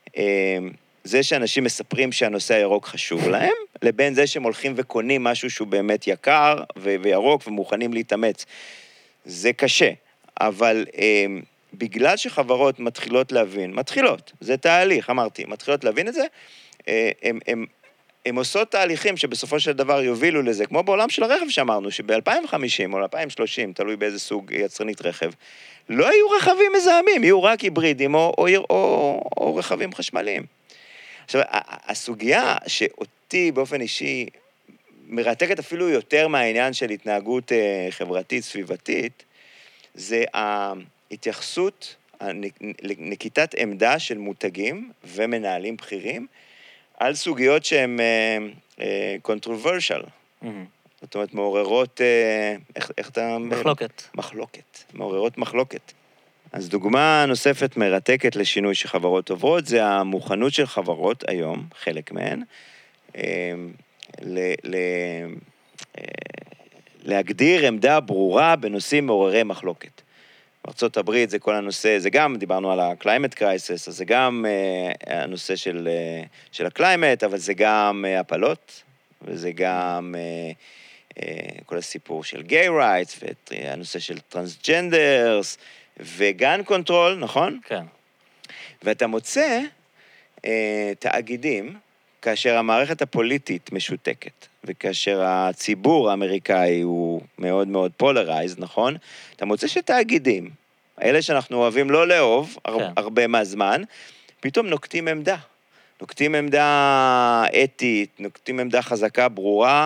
זה שאנשים מספרים שהנושא הירוק חשוב להם, לבין זה שהם הולכים וקונים משהו שהוא באמת יקר וירוק ומוכנים להתאמץ. זה קשה, אבל בגלל שחברות מתחילות להבין, מתחילות, זה תהליך, אמרתי, מתחילות להבין את זה, הם, הם, הם עושות תהליכים שבסופו של דבר יובילו לזה, כמו בעולם של הרכב שאמרנו, שב-אלפיים וחמישים או אלפיים ושלושים, תלוי באיזה סוג יצרנית רכב, לא יהיו רכבים מזהמים, יהיו רק היברידים או, או, או, או רכבים חשמליים. עכשיו, הסוגיה שאותי באופן אישי מרתקת אפילו יותר מהעניין של התנהגות אה, חברתית, סביבתית, זה ההתייחסות, נקיטת עמדה של מותגים ומנהלים בכירים, על סוגיות שהן controversial. Mm-hmm. זאת אומרת, מעוררות, אה, איך, איך אתה... מחלוקת. מחלוקת, מעוררות מחלוקת. אז דוגמה נוספת מרתקת לשינוי שחברות עוברות, זה המוכנות של חברות היום, חלק מהן, אה, ל, ל, אה, להגדיר עמדה ברורה בנושאים מעוררי מחלוקת. בארצות הברית זה כל הנושא, זה גם, דיברנו על ה-climate crisis, אז זה גם אה, הנושא של, אה, של ה-climate, אבל זה גם אה, הפלות, וזה גם אה, אה, כל הסיפור של gay rights, והנושא של transgenders, וגן קונטרול, נכון? כן. ואתה מוצא אה, תאגידים, כאשר המערכת הפוליטית משותקת, וכאשר הציבור האמריקאי הוא מאוד מאוד פולרייז, נכון? אתה מוצא שתאגידים, אלה שאנחנו אוהבים לא לאהוב, כן. הרבה מהזמן, פתאום נוקטים עמדה. נוקטים עמדה אתית, נוקטים עמדה חזקה, ברורה.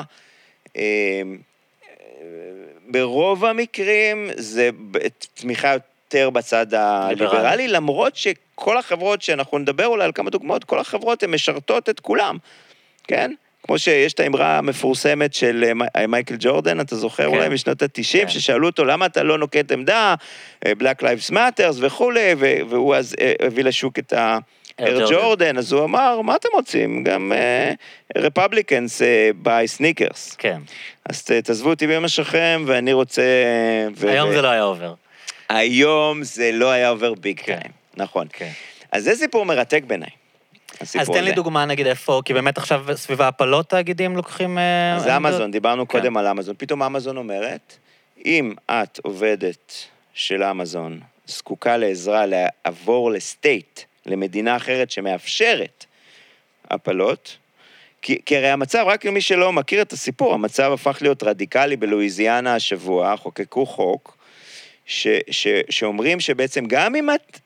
ברוב המקרים זה תמיכה יותר בצד הליברלי, למרות שכל החברות שאנחנו נדבר אולי על כמה דוגמאות, כל החברות הן משרתות את כולם, כן? כמו שיש את האמרה המפורסמת של מייקל ג'ורדן, אתה זוכר אולי משנות ה-תשעים, ששאלו אותו למה אתה לא נוקט עמדה, Black Lives Matters וכו', והוא אז הביא לשוק את ה... אר ג'ורדן, אז הוא אמר, מה אתם רוצים? גם רפבליקנס ביי סניקרס. כן. אז תעזבו אותי ביום השכם, ואני רוצה... היום זה לא היה עובר. היום זה לא היה עובר ביג טיים, נכון. אז זה סיפור מרתק בעיניי. אז תן לי דוגמה נגיד איפה, כי באמת עכשיו סביב ההפלות תאגידים לוקחים... אז אמזון, דיברנו קודם על אמזון. פתאום אמזון אומרת, אם את עובדת של אמזון, זקוקה לעזרה לעבור לסטייט, למדינה אחרת שמאפשרת הפלות, כי, כי הרי המצב, רק למי שלא מכיר את הסיפור, המצב הפך להיות רדיקלי בלואיזיאנה השבוע, חוקקו חוק, ש, ש, שאומרים שבעצם גם אם את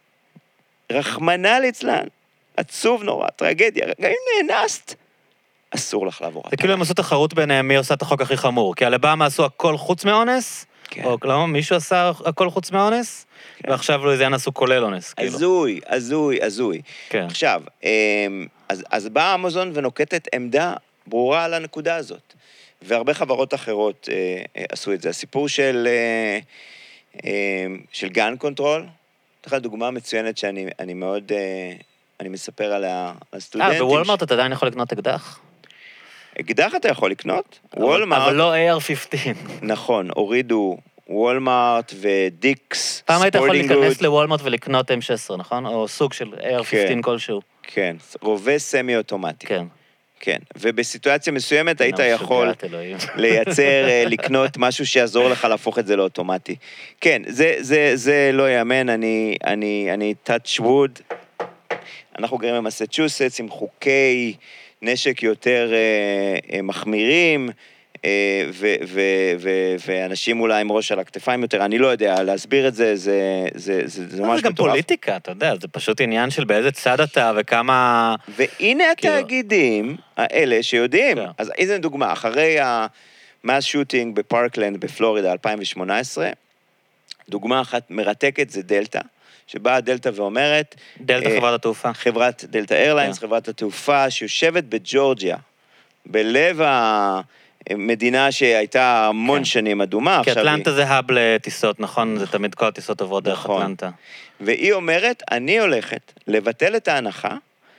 רחמנה ליצלן, עצוב נורא, טרגדיה, גם אם נאנסת, אסור לך לעבור. זה כאילו הם עשו תחרות ביניהם מי עושה את החוק הכי חמור, כי אלבמה עשו הכל חוץ מאונס, כן. או לא, מישהו עשה הכל חוץ מאונס, כן. ועכשיו לואיזיאנה עשו כולל אונס. הזוי, הזוי, הזוי. כן. עכשיו, אז, אז באה אמזון ונוקטת עמדה ברורה על הנקודה הזאת, והרבה חברות אחרות אה, אה, עשו את זה. הסיפור של, אה, אה, של גן קונטרול, תחת דוגמה מצוינת שאני אני מאוד, אה, אני מספר על הסטודנטים. אה, בוולמרט אתה עדיין יכול לקנות אקדח? אקדח אתה יכול לקנות, אבל, וולמרט... אבל לא איי אר חמש עשרה. נכון, הורידו וולמרט ודיקס, פעם היית יכול להיכנס לוולמרט ולקנות אם שש עשרה, נכון? או סוג של איי אר חמש עשרה כלשהו. כן, רובה סמי-אוטומטי. כן. כן, ובסיטואציה מסוימת היית יכול לייצר, לקנות משהו שיעזור לך להפוך את זה לאוטומטי. כן, זה, זה, זה לא יאמן, אני, אני, אני touch wood. אנחנו גרים במסצ'וסטס עם חוקי נשק יותר אה, מחמירים, אה, ו, ו, ו, ואנשים אולי עם ראש על הכתפיים יותר, אני לא יודע, להסביר את זה, זה, זה, זה, זה ממש מטורף. זה גם פוליטיקה, אתה יודע, זה פשוט עניין של באיזה צד אתה וכמה... והנה התאגידים האלה שיודעים, אז איזה דוגמה, אחרי המאס שוטינג בפארקלנד בפלורידה אלפיים ושמונה עשרה, דוגמה אחת מרתקת זה דלטה, שבאה דלטה ואומרת... דלטה חברת התעופה. חברת דלטה איירליינס, חברת התעופה, שיושבת בג'ורג'יה, בלב המדינה שהייתה המון שנים אדומה. כי אטלנטה זה האב לטיסות, נכון? זה תמיד כל הטיסות עוברות דרך אטלנטה. והיא אומרת, אני הולכת לבטל את ההנחה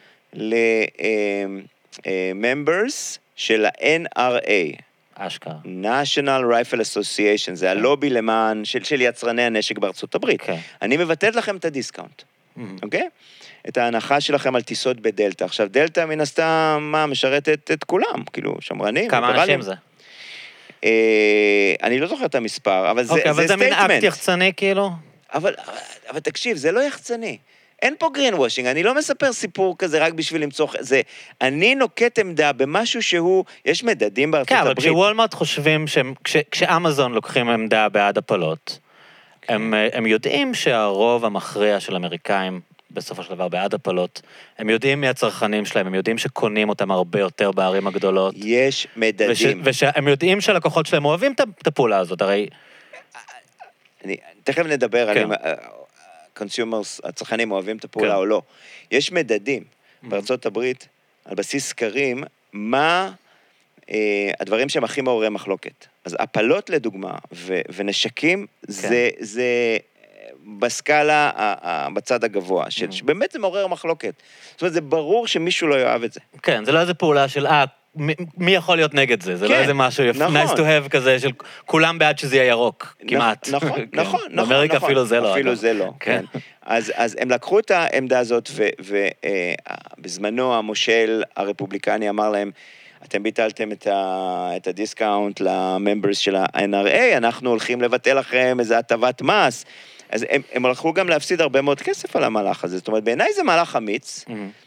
ל-members של ה-אן אר איי. אשכרה. National Rifle Association, זה הלובי למען, של, של יצרני הנשק בארצות הברית. Okay. אני מבטלת לכם את הדיסקאונט, אוקיי? Mm-hmm. Okay? את ההנחה שלכם על טיסות בדלטה. עכשיו, דלטה מן הסתם, מה, משרתת את כולם, כאילו, שמרנים. כמה אנשים זה? אה, אני לא זוכר את המספר, אבל okay, זה, אבל זה, זה מין אקט יחצני, כאילו? אבל, אבל, אבל תקשיב, זה לא יחצני. אין פה green washing, אני לא מספר סיפור כזה רק בשביל למצוא, זה, אני נוקט עמדה במשהו שהוא, יש מדדים בארצות הברית. כן, אבל כשוולמרט חושבים, כש, כשאמזון לוקחים עמדה בעד הפלות, הם, הם יודעים שהרוב המכריע של אמריקאים בסופו של דבר בעד הפלות, הם יודעים מי הצרכנים שלהם, הם יודעים שקונים אותם הרבה יותר בערים הגדולות. יש מדדים. ושהם יודעים שהלקוחות שלהם אוהבים את הפעולה הזאת, הרי... אני, תכף נדבר כן. על אם הקונסיומרס, הצרכנים אוהבים את הפעולה כן. או לא. יש מדדים mm-hmm. בארצות הברית, על בסיס סקרים, מה אה, הדברים שהם הכי מעוררי מחלוקת. אז הפלות לדוגמה, ו, ונשקים, כן. זה, זה בסקאלה, בצד הגבוה, של, mm-hmm. שבאמת זה מעורר מחלוקת. זאת אומרת, זה ברור שמישהו לא יאהב את זה. כן, זה לא איזה פעולה של, אה, מי יכול להיות נגד זה? זה לא איזה משהו nice to have כזה של כולם בעד שזה יהיה ירוק, כמעט. נכון, נכון, נכון. באמריקה אפילו זה לא. אפילו זה לא, כן. אז הם לקחו את העמדה הזאת, ובזמנו המושל הרפובליקני אמר להם, אתם ביטלתם את הדיסקאונט לממברס של ה-אן אר איי, אנחנו הולכים לבטל לכם איזו הטבת מס. אז הם הלכו גם להפסיד הרבה מאוד כסף על המהלך הזה. זאת אומרת, בעיניי זה מהלך אמיץ.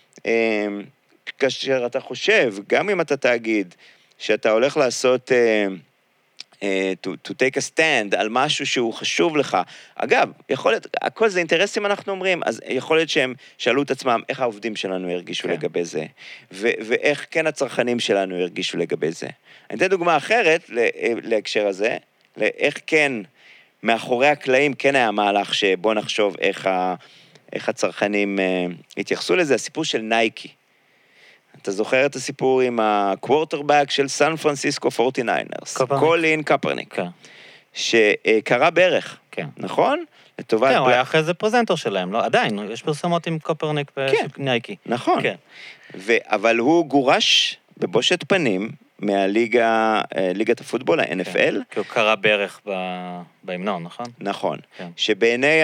כאשר אתה חושב, גם אם אתה תאגיד, שאתה הולך לעשות, uh, uh, to, to take a stand על משהו שהוא חשוב לך, אגב, יכול להיות, הכל זה אינטרסים אנחנו אומרים, אז יכול להיות שהם שאלו את עצמם, איך העובדים שלנו ירגישו כן. לגבי זה, ו- ואיך כן הצרכנים שלנו ירגישו לגבי זה. אני אתן דוגמה אחרת להקשר הזה, לאיך כן, מאחורי הקלעים כן היה מהלך שבוא נחשוב איך, ה- איך הצרכנים uh, התייחסו לזה, הסיפור של נייקי. אתה זוכר את הסיפור עם הקוורטרבק של סן פרנסיסקו פורטי ניינרס, קולין קפרניק, שקרה בערך, נכון? כן, הוא היה אחרי זה פרזנטור שלהם, עדיין, יש פרסומות עם קפרניק ונייקי. נכון, אבל הוא גורש בבושת פנים מהליגת הפוטבול, ה-אן אף אל. כי הוא קרה בערך בהמנון, נכון? נכון, שבעיני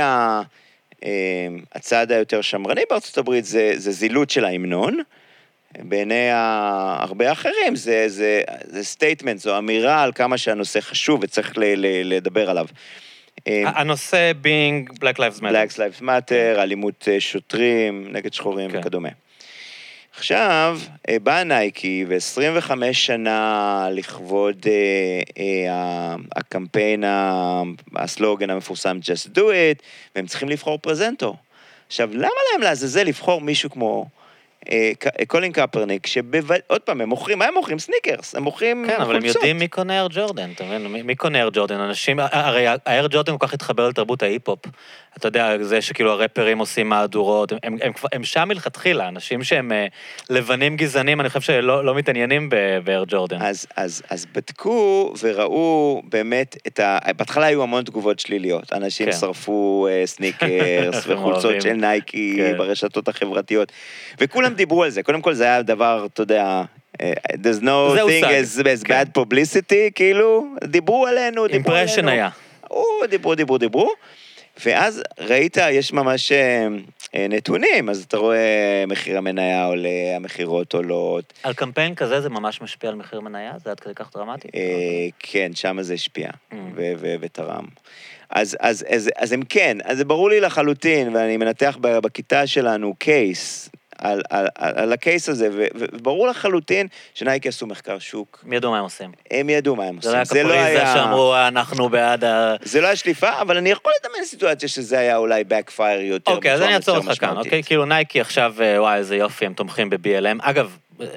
הצעד היותר שמרני בארצות הברית זה זילות של ההמנון, בעיני הרבה אחרים, זה, זה, זה statement, זו אמירה על כמה שהנושא חשוב וצריך ל, ל, לדבר עליו. הנושא being Black Lives Matter. Black Lives Matter, אלימות שוטרים, נגד שחורים okay. וכדומה. עכשיו, באה נייקי, ו-עשרים וחמש שנה לכבוד אה, אה, הקמפיין, הסלוגן המפורסם Just Do It, והם צריכים לבחור פרזנטור. עכשיו, למה להם לעזאזל לבחור מישהו כמו... קולין קפרניק, שעוד פעם, הם מוכרים, מה הם מוכרים? סניקרס, הם מוכרים חולצות. כן, אבל הם יודעים מי קונה אייר ג'ורדן, אתה מבין? מי קונה אייר ג'ורדן? אנשים, הרי האייר ג'ורדן כל כך התחבר לתרבות ההיפ-הופ, אתה יודע, זה שכאילו הרפרים עושים מהדורות, הם, הם, הם שם מלכתחילה, אנשים שהם לבנים גזענים, אני חושב שלא לא מתעניינים באייר ג'ורדן. אז, אז, אז בדקו וראו באמת את ה... בהתחלה היו המון תגובות שליליות, אנשים כן. שרפו סניקרס וחולצות של נייקי כן. ברשתות החברתיות, וכולם דיברו על זה, קודם כל זה היה דבר, אתה יודע, there's no thing as, as bad publicity, כאילו, דיברו עלינו, דיברו עלינו. אימפרשן היה. או, דיברו, דיברו, דיברו, ואז ראית, יש ממש נתונים, אז אתה רואה מחיר המניה עולה, המחירות עולות. על קמפיין כזה זה ממש משפיע על מחיר מניה? זה עד כדי כך דרמטי? כן, שם זה השפיע, ותרם. אז, אז, אז, אז הם כן, אז זה ברור לי לחלוטין, ואני מנתח בכיתה שלנו קייס, על, על, על, על הקייס הזה, וברור לחלוטין שנייקי עשו מחקר שוק. הם ידעו מה הם עושים. הם ידעו מה הם עושים. זה לא היה קפריזה שאמרו, אנחנו בעד ה... זה לא היה שליפה, אבל אני יכול לדמיין סיטואציה שזה היה אולי backfire יותר. אוקיי, אז אני אעצור אותך כאן, אוקיי? כאילו נייקי עכשיו, וואי, איזה יופי, הם תומכים ב-בי אל אם. אגב,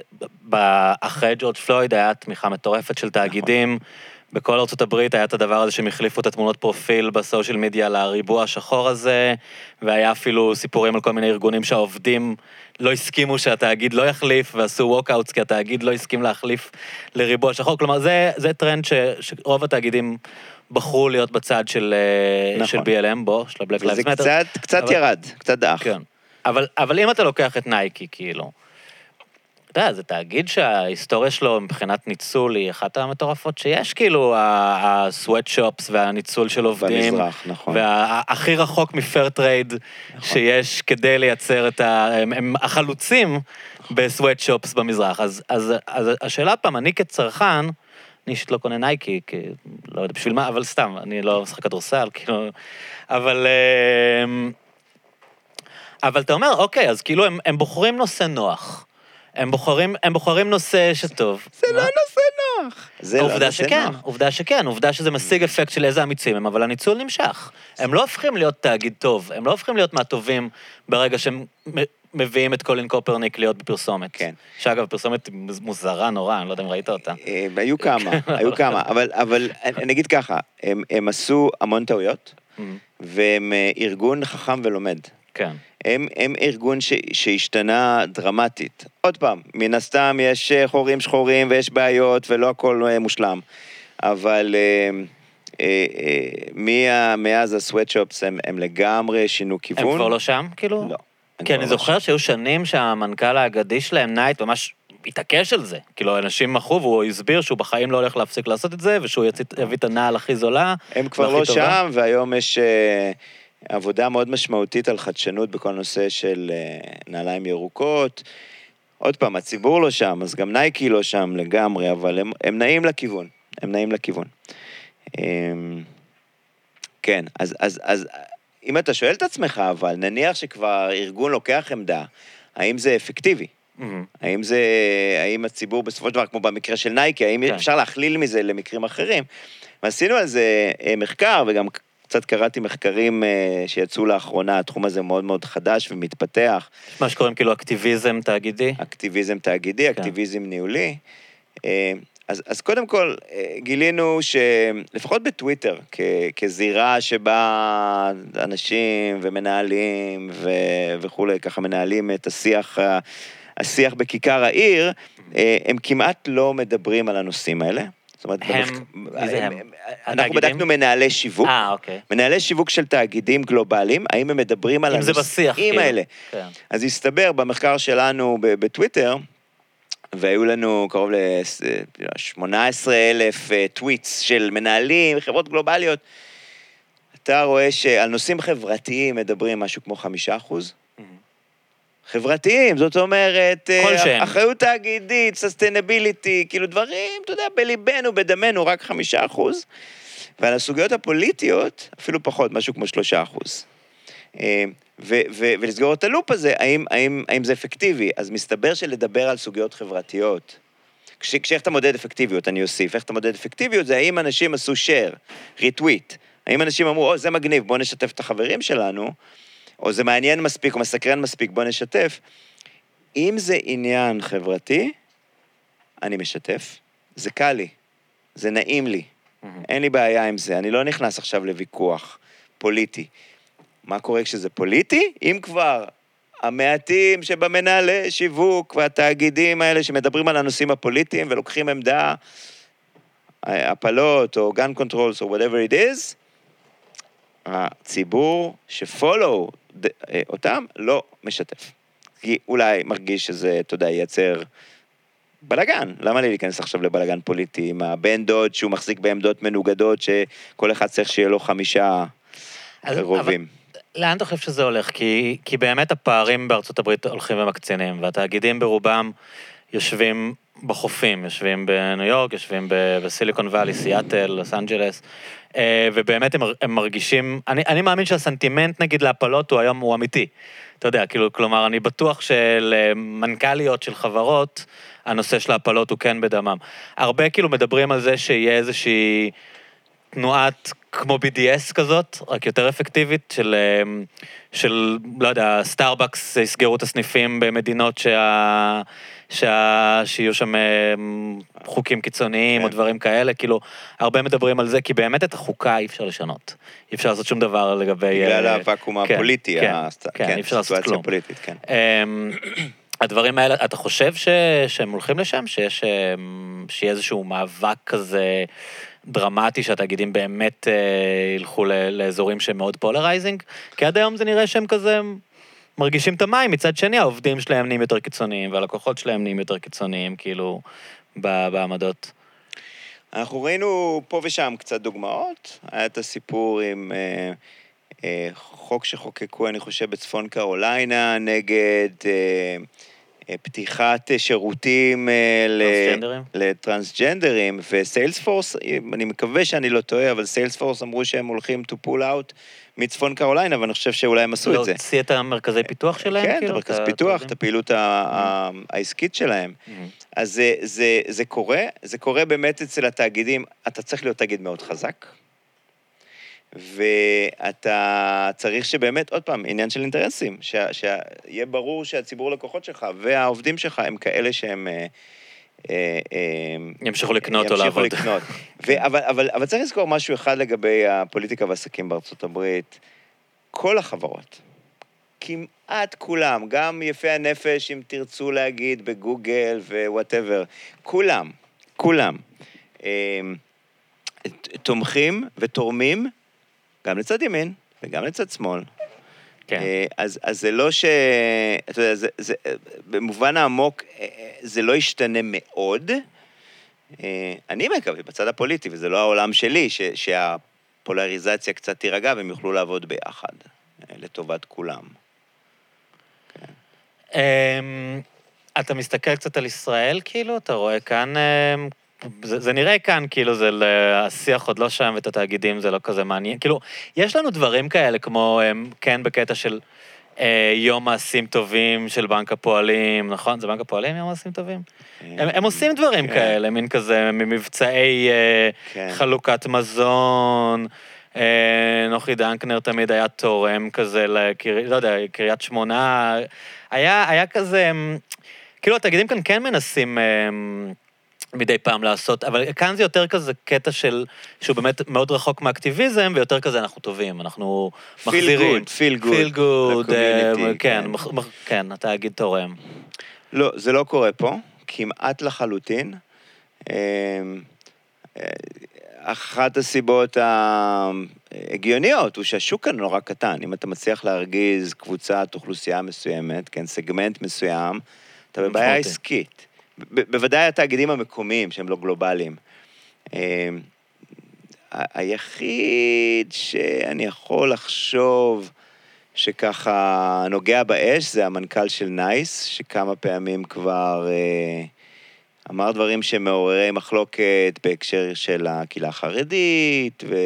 אחרי ג'ורג' פלויד היה תמיכה מטורפת של תאגידים, בכל ארצות הברית היה את הדבר הזה שהם החליפו את התמונות פרופיל בסושיאל מדיה לריבוע השחור הזה, והיה אפילו סיפורים על כל מיני ארגונים שהעובדים לא הסכימו שהתאגיד לא יחליף, ועשו ווקאוטס כי התאגיד לא הסכים להחליף לריבוע שחור. כלומר, זה, זה טרנד ש, שרוב התאגידים בחרו להיות בצד של, נכון. של בי אל אם, בו, של ה-Black Lives Matter. זה קצת, קצת אבל, ירד, קצת דח. כן. אבל, אבל אם אתה לוקח את נייקי, כאילו, אתה יודע, זה תאגיד שההיסטוריה שלו מבחינת ניצול היא אחת המטורפות שיש, כאילו, הסוואט-שופס והניצול של עובדים. במזרח, נכון. והכי רחוק מפייר טרייד שיש כדי לייצר את ה... הם החלוצים בסוואט-שופס במזרח. אז, אז, אז השאלה פעם, אני כצרכן, אני אישית לא קונה נייקי, כי לא יודע בשביל מה, אבל סתם, אני לא משחק כדורסל, כאילו, אבל... אבל אתה אומר, אוקיי, אז כאילו הם, הם בוחרים נושא נוח. הם בוחרים, הם בוחרים נושא שטוב. זה לא נושא נוח. זה לא עובדה נושא שכן, נוח. עובדה שכן, עובדה שזה משיג אפקט של איזה אמיצים הם, אבל הניצול נמשך. הם לא הופכים להיות תאגיד טוב, הם לא הופכים להיות מהטובים ברגע שהם מביאים את קולין קופרניק להיות בפרסומת. כן. שאגב, פרסומת מוזרה נורא, אני לא יודע אם ראית אותה. היו כמה, היו כמה, אבל אני אגיד ככה, הם עשו המון טעויות, והם ארגון חכם ולומד. כן. הם, הם ארגון ש, שהשתנה דרמטית. עוד פעם, מן הסתם יש חורים שחורים ויש בעיות ולא הכל מושלם. אבל אה, אה, אה, מאז הסוואטשופס הם, הם לגמרי שינו כיוון. הם כבר לא שם, כאילו? לא. כי אני זוכר שהיו שנים שהמנכ"ל האגדי שלהם, נייט, ממש התעקש על זה. כאילו, אנשים מחו והוא הסביר שהוא בחיים לא הולך להפסיק לעשות את זה, ושהוא יביא את הנעל הכי זולה. הם כבר לא שם, והיום יש עבודה מאוד משמעותית על חדשנות בכל נושא של נעליים ירוקות. עוד פעם, הציבור לא שם, אז גם נייקי לא שם לגמרי, אבל הם, הם נעים לכיוון. הם נעים לכיוון. כן, אז, אז, אז אם אתה שואל את עצמך, אבל נניח שכבר ארגון לוקח עמדה, האם זה אפקטיבי? Mm-hmm. האם זה, האם הציבור בסופו של דבר, כמו במקרה של נייקי, האם כן. אפשר להכליל מזה למקרים אחרים? ועשינו על זה מחקר, וגם קצת קראתי מחקרים שיצאו לאחרונה, התחום הזה מאוד מאוד חדש ומתפתח. מה שקוראים כאילו אקטיביזם תאגידי? אקטיביזם תאגידי, כן. אקטיביזם ניהולי. אז, אז קודם כל, גילינו שלפחות בטוויטר, כ, כזירה שבה אנשים ומנהלים ו, וכולי, ככה מנהלים את השיח, השיח בכיכר העיר, הם כמעט לא מדברים על הנושאים האלה. זאת אומרת, הם, במחק... איזה הם? אנחנו בדקנו מנהלי שיווק, אה, אוקיי. מנהלי שיווק של תאגידים גלובליים, האם הם מדברים על הנושאים האלה. כן. אז הסתבר במחקר שלנו בטוויטר, והיו לנו קרוב ל-שמונה עשרה אלף טוויטס של מנהלים, חברות גלובליות. אתה רואה שעל נושאים חברתיים מדברים משהו כמו חמישה אחוז. חברתיים, זאת אומרת, אחריות תאגידית, sustainability, כאילו דברים, אתה יודע, בליבנו, בדמנו, רק חמישה אחוז. ועל הסוגיות הפוליטיות, אפילו פחות, משהו כמו שלושה אחוז. ו- ו- ולסגור את הלופ הזה, האם, האם, האם זה אפקטיבי? אז מסתבר שלדבר על סוגיות חברתיות, כש- כשאיך אתה מודד אפקטיביות, אני אוסיף, איך אתה מודד אפקטיביות, זה האם אנשים עשו share, ריטוויט, האם אנשים אמרו, או, זה מגניב, בוא נשתף את החברים שלנו, או זה מעניין מספיק, או מסקרן מספיק, בוא נשתף. אם זה עניין חברתי, אני משתף, זה קל לי, זה נעים לי, mm-hmm. אין לי בעיה עם זה, אני לא נכנס עכשיו לוויכוח פוליטי. מה קורה כשזה פוליטי? אם כבר המעטים שבמנהלי שיווק והתאגידים האלה שמדברים על הנושאים הפוליטיים ולוקחים עמדה, הפלות או gun controls או whatever it is, הציבור שפולו אותם לא משתף. כי אולי מרגיש שזה, אתה יודע, ייצר בלגן. למה לי להיכנס עכשיו לבלגן פוליטי עם הבן דוד שהוא מחזיק בעמדות מנוגדות שכל אחד צריך שיהיה לו חמישה רובים? לאן אתה חושב שזה הולך? כי, כי באמת הפערים בארצות הברית הולכים ומקצינים, והתאגידים ברובם יושבים בחופים, יושבים בניו יורק, יושבים בסיליקון ואלי, סיאטל, לוס אנג'לס, ובאמת הם, הם מרגישים, אני, אני מאמין שהסנטימנט נגיד להפלות הוא היום הוא אמיתי. אתה יודע, כאילו, כלומר, אני בטוח שלמנכ"ליות של חברות, הנושא של ההפלות הוא כן בדמם. הרבה כאילו מדברים על זה שיהיה איזושהי תנועת כמו בי די אס כזאת, רק יותר אפקטיבית, של, של לא יודע, סטארבקס יסגרו את הסניפים במדינות שה, שה, שיהיו שם חוקים קיצוניים או דברים כאלה, כאילו, הרבה מדברים על זה, כי באמת את החוקה אי אפשר לשנות. אי אפשר לעשות שום דבר לגבי... בגלל הוואקום הפוליטי, כן, אי אפשר לעשות כלום. הדברים האלה, אתה חושב שהם הולכים לשם? שיש שיהיה איזשהו מאבק כזה דרמטי, שהתאגידים באמת ילכו לאזורים שהם מאוד פולרייזינג? כי עד היום זה נראה שהם כזה מרגישים את המים, מצד שני העובדים שלהם נהיים יותר קיצוניים, והלקוחות שלהם נהיים יותר קיצוניים, כאילו, בעמדות. אנחנו ראינו פה ושם קצת דוגמאות, היה את הסיפור עם אה, אה, חוק שחוקקו, אני חושב, בצפון קרוליינה, נגד אה, פתיחת שירותים טרנסג'נדרים? לטרנסג'נדרים, וסיילספורס, אני מקווה שאני לא טועה, אבל סיילספורס אמרו שהם הולכים to pull out מצפון קרוליינה, ואני חושב שאולי הם עשו את זה. להוציא את המרכזי פיתוח שלהם? כן, את המרכז פיתוח, את הפעילות העסקית שלהם. אז זה קורה, זה קורה באמת אצל התאגידים, אתה צריך להיות תאגיד מאוד חזק, ואתה צריך שבאמת, עוד פעם, עניין של אינטרסים, שיהיה ברור שהציבור לקוחות שלך והעובדים שלך הם כאלה שהם ימשיכו לקנות או לעבוד. אבל צריך לזכור משהו אחד לגבי הפוליטיקה והעסקים בארצות הברית, כל החברות, כמעט כולם, גם יפי הנפש, אם תרצו להגיד, בגוגל ווואטאבר, כולם, כולם, תומכים ותורמים, גם לצד ימין וגם לצד שמאל. כן. אז, אז זה לא ש... אתה יודע, זה, זה, במובן העמוק, זה לא ישתנה מאוד. אני מקווה בצד הפוליטי, וזה לא העולם שלי, ש, שהפולריזציה קצת תירגע, והם יוכלו לעבוד ביחד, לטובת כולם. כן. אתה מסתכל קצת על ישראל, כאילו? אתה רואה כאן... זה, זה נראה כאן, כאילו, זה, השיח עוד לא שם, ואת התאגידים זה לא כזה מעניין. כאילו, יש לנו דברים כאלה, כמו, כן, בקטע של אה, יום מעשים טובים של בנק הפועלים, נכון? זה בנק הפועלים, יום מעשים טובים? הם, הם עושים דברים כן. כאלה, מין כזה, ממבצעי אה, כן. חלוקת מזון, אה, נוחי דנקנר תמיד היה תורם כזה, לקר... לא יודע, קריית שמונה, היה, היה כזה, כאילו, התאגידים כאן כן מנסים... אה, מדי פעם לעשות, אבל כאן זה יותר כזה קטע של, שהוא באמת מאוד רחוק מאקטיביזם, ויותר כזה אנחנו טובים, אנחנו מחזירים. feel good, feel good, כן, כן, אתה אגיד תורם. לא, זה לא קורה פה, כמעט לחלוטין. אחת הסיבות ההגיוניות הוא שהשוק כאן נורא קטן, אם אתה מצליח להרגיז קבוצת אוכלוסייה מסוימת, כן, סגמנט מסוים, אתה בבעיה עסקית. בוודאי התאגידים המקומיים, שהם לא גלובליים. היחיד שאני יכול לחשוב שככה נוגע באש, זה המנכ"ל של נייס, שכמה פעמים כבר אמר דברים שמעוררי מחלוקת בהקשר של הקהילה החרדית, ו...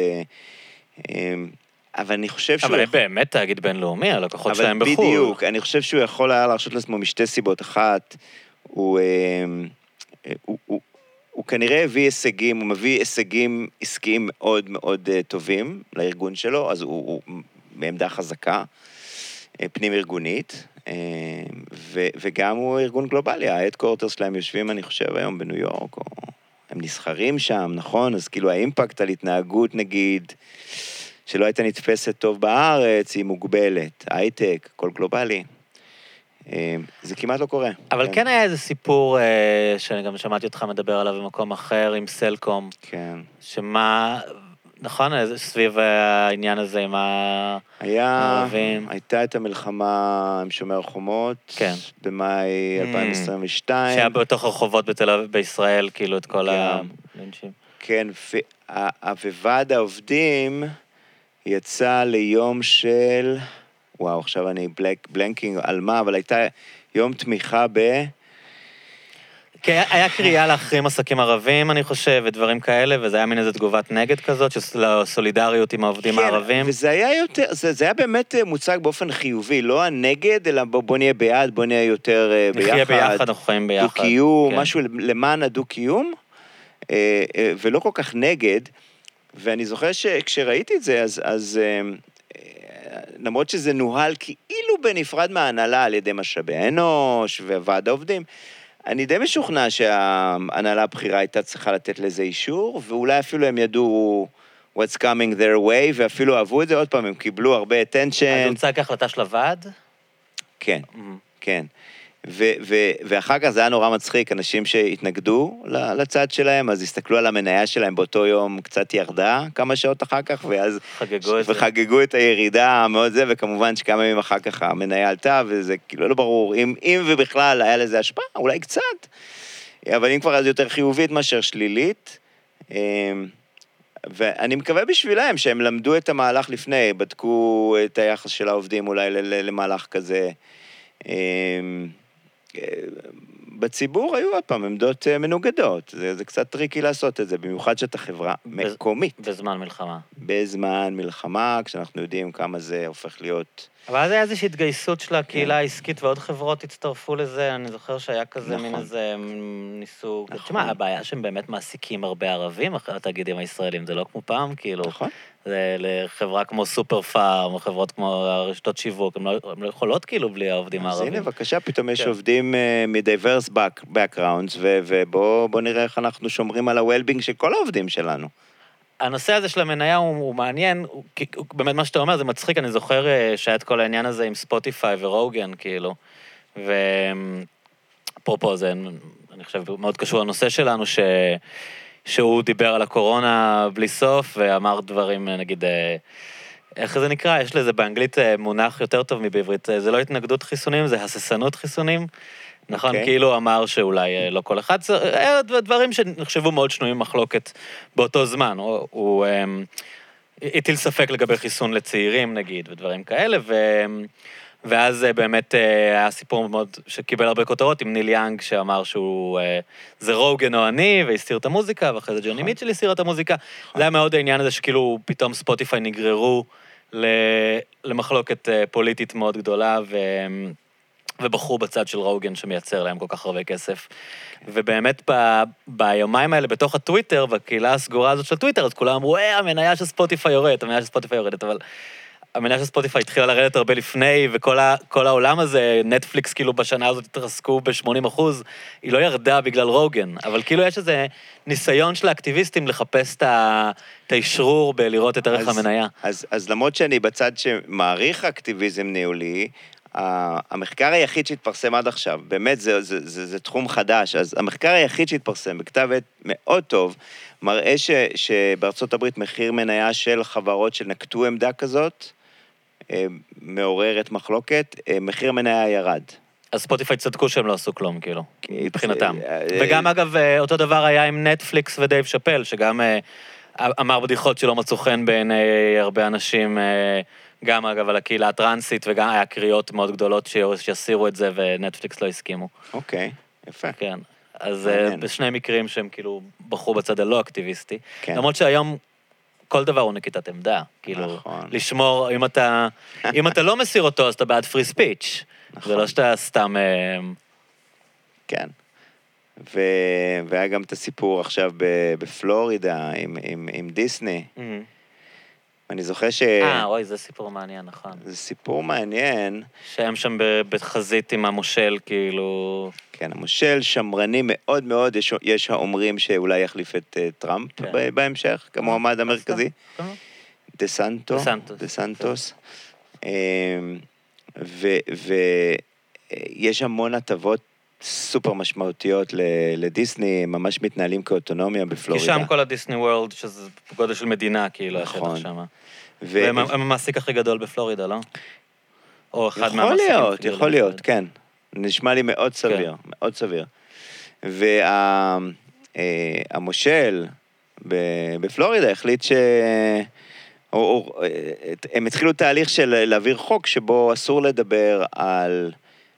אבל אני חושב שהוא... אבל הם באמת תאגיד בינלאומי, הלקוחות שלהם בחו"ל. אבל בדיוק, אני חושב שהוא יכול היה להרשות לעצמו משתי סיבות. אחת, הוא, הוא, הוא, הוא כנראה הביא הישגים, הוא מביא הישגים עסקיים מאוד מאוד טובים לארגון שלו, אז הוא, הוא בעמדה חזקה, פנים ארגונית, ו, וגם הוא ארגון גלובלי, ההדקוורטר שלהם יושבים, אני חושב, היום בניו יורק, או הם נסחרים שם, נכון? אז כאילו האימפקט על התנהגות, נגיד, שלא הייתה נתפסת טוב בארץ, היא מוגבלת, הייטק, כל גלובלי. זה כמעט לא קורה. אבל כן היה איזה סיפור, שאני גם שמעתי אותך מדבר עליו במקום אחר, עם סלקום. כן. שמה, נכון, סביב העניין הזה עם הערבים. הייתה את המלחמה עם שומר חומות, כן. במאי אלפיים עשרים ושתיים. שהיה בתוך הרחובות בתל אביב, בישראל, כאילו, את כל הלינצ'ים. כן, וועד העובדים יצא ליום של... וואו, עכשיו אני בלק, בלנקינג על מה, אבל הייתה יום תמיכה ב... כן, היה קריאה להחרים עסקים ערבים, אני חושב, ודברים כאלה, וזה היה מין איזו תגובת נגד כזאת, של סולידריות עם העובדים הערבים. כן, וזה היה יותר, זה, זה היה באמת מוצג באופן חיובי, לא הנגד, אלא בוא, בוא נהיה ביחד, בוא נהיה יותר ביחד. נחיה ביחד, אנחנו חיים ביחד. דו-קיום, כן. משהו למען הדו-קיום, ולא כל כך נגד, ואני זוכר שכשראיתי את זה, אז... אז למרות שזה נוהל כאילו בנפרד מההנהלה על ידי משאבי האנוש וועד העובדים, אני די משוכנע שההנהלה הבכירה הייתה צריכה לתת לזה אישור, ואולי אפילו הם ידעו what's coming their way, ואפילו אהבו את זה עוד פעם, הם קיבלו הרבה attention. אז הוצא כהחלטה של הוועד? כן, כן. ו- ו- ואחר כך זה היה נורא מצחיק, אנשים שהתנגדו לצד שלהם, אז הסתכלו על המניה שלהם באותו יום, קצת ירדה כמה שעות אחר כך, ואז... חגגו את וחגגו את הירידה המאוד זה, וכמובן שכמה ימים אחר כך המניה עלתה, וזה כאילו לא ברור, אם, אם ובכלל היה לזה השפעה, אולי קצת, אבל אם כבר אז יותר חיובית מאשר שלילית, ואני מקווה בשבילם שהם למדו את המהלך לפני, בדקו את היחס של העובדים אולי למהלך כזה, בציבור היו עוד פעם עמדות מנוגדות, זה, זה קצת טריקי לעשות את זה, במיוחד שאתה חברה מקומית. בזמן מלחמה. בזמן מלחמה, כשאנחנו יודעים כמה זה הופך להיות... אבל אז היה איזושהי התגייסות של הקהילה העסקית, ועוד חברות הצטרפו לזה, אני זוכר שהיה כזה מין איזה ניסוג. תשמע, הבעיה שהם באמת מעסיקים הרבה ערבים, אחרי התאגידים הישראלים, זה לא כמו פעם, כאילו. נכון. זה לחברה כמו סופר פארם, או חברות כמו הרשתות שיווק, הן לא יכולות כאילו בלי העובדים הערבים. אז הנה, בבקשה, פתאום יש עובדים מ-diverse backgrounds, ובוא נראה איך אנחנו שומרים על ה-well-being של כל העובדים שלנו. הנושא הזה של המניה הוא, הוא מעניין, הוא, הוא, באמת מה שאתה אומר, זה מצחיק, אני זוכר שהיה את כל העניין הזה עם ספוטיפיי ורוגן, כאילו, ואפרופו זה, אני חושב, מאוד קשור לנושא שלנו, ש... שהוא דיבר על הקורונה בלי סוף, ואמר דברים, נגיד, איך זה נקרא? יש לזה באנגלית מונח יותר טוב מבעברית, זה לא התנגדות חיסונים, זה הססנות חיסונים, נכון? Okay. כאילו אמר שאולי לא כל אחד, היה דברים שנחשבו מאוד שנויים מחלוקת באותו זמן, הוא, הוא הטיל ספק לגבי חיסון לצעירים, נגיד, ודברים כאלה, ו... ואז באמת היה סיפור מאוד, שקיבל הרבה כותרות עם ניל יאנג, שאמר שהוא, זה רוגן או אני, והסתיר את המוזיקה, ואחרי זה ג'וני מיטשל הסתיר את המוזיקה. זה היה מאוד העניין הזה שכאילו פתאום ספוטיפיי נגררו למחלוקת פוליטית מאוד גדולה, ו... ובחרו בצד של רוגן שמייצר להם כל כך הרבה כסף. ובאמת ב... ביומיים האלה בתוך הטוויטר, בקהילה הסגורה הזאת של טוויטר, אז כולם אמרו, אה, המניה של ספוטיפיי יורדת, המניה של ספוטיפיי יורדת, אבל המניה של ספוטיפיי התחילה לרדת הרבה לפני, וכל ה... כל העולם הזה, נטפליקס כאילו בשנה הזאת התרסקו ב-שמונים אחוז, היא לא ירדה בגלל רוגן, אבל כאילו יש איזה ניסיון של האקטיביסטים לחפש את ה... את הישרור בלראות את ערך אז, המניה. אז, אז למרות שאני בצד שמעריך אקטיביזם ניהולי, המחקר היחיד שהתפרסם עד עכשיו, באמת זה, זה, זה, זה תחום חדש, אז המחקר היחיד שהתפרסם בכתב עת מאוד טוב, מראה ש, שבארצות הברית מחיר מניה של חברות שנקטו עמדה כזאת, מעוררת מחלוקת, מחיר מניה ירד. אז ספוטיפיי צדקו שהם לא עשו כלום, כאילו, מבחינתם. וגם אגב, אותו דבר היה עם נטפליקס ודייב שאפל, שגם אמר בדיחות שלא מצאו חן בעיני הרבה אנשים, גם אגב על הקהילה הטרנסית, וגם היה קריאות מאוד גדולות שיסירו את זה, ונטפליקס לא הסכימו. אוקיי, יפה. כן, אז בשני מקרים שהם כאילו בחרו בצד הלא אקטיביסטי. למרות שהיום כל דבר הוא נקיטת עמדה, כאילו, לשמור, אם אתה, אם אתה לא מסיר אותו, אז אתה בעד פרי ספיץ'. זה לא שאתה סתם... כן. והיה גם את הסיפור עכשיו בפלורידה, עם דיסני. אני זוכר ש... אה, אוי, זה סיפור מעניין, נכון. זה סיפור מעניין. שהם שם בחזית עם המושל, כאילו... כן, המושל שמרני מאוד מאוד, יש, יש האומרים שאולי יחליף את uh, טראמפ כן. בהמשך, כמועמד המרכזי. דה סנטו. דה סנטוס. ויש המון הטבות סופר משמעותיות לדיסני, ממש מתנהלים כאוטונומיה בפלורידה. כי שם כל הדיסני וורלד, שזה גודל של מדינה, כאילו, השטח שם. והם המעסיק הכי גדול בפלורידה, לא? או אחד מהמעסיקים. יכול להיות, יכול להיות, כן. נשמע לי מאוד סביר, מאוד סביר. והמושל בפלורידה החליט ש... הם התחילו תהליך של להעביר חוק שבו אסור לדבר על...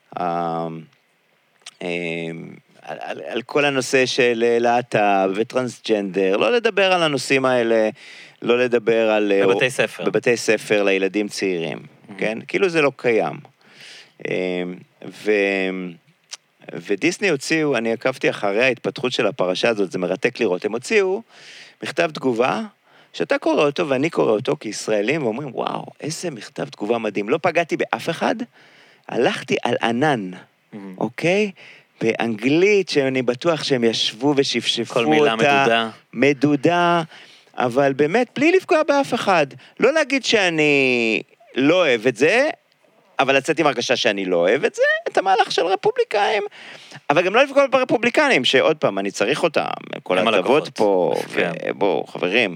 על, על, על כל הנושא של להט"ב וטרנסג'נדר, לא לדבר על הנושאים האלה, לא לדבר על... בבתי ספר. בבתי ספר לילדים צעירים, mm-hmm. כן? כאילו זה לא קיים. ו... ודיסני הוציאו, אני עקבתי אחרי ההתפתחות של הפרשה הזאת, זה מרתק לראות, הם הוציאו מכתב תגובה, שאתה קורא אותו ואני קורא אותו כישראלים, ואומרים, וואו, איזה מכתב תגובה מדהים, לא פגעתי באף אחד, הלכתי על ענן, mm-hmm. אוקיי? באנגלית, שאני בטוח שהם ישבו ושפשפו כל מילה אותה. מדודה. מדודה, אבל באמת, בלי לפגוע באף אחד. לא להגיד שאני לא אוהב את זה, אבל לצאת עם הרגשה שאני לא אוהב את זה, את המהלך של רפובליקאים, אבל גם לא לפגוע ברפובליקנים, שעוד פעם, אני צריך אותם, כל הטבות פה, כן. ובואו, חברים.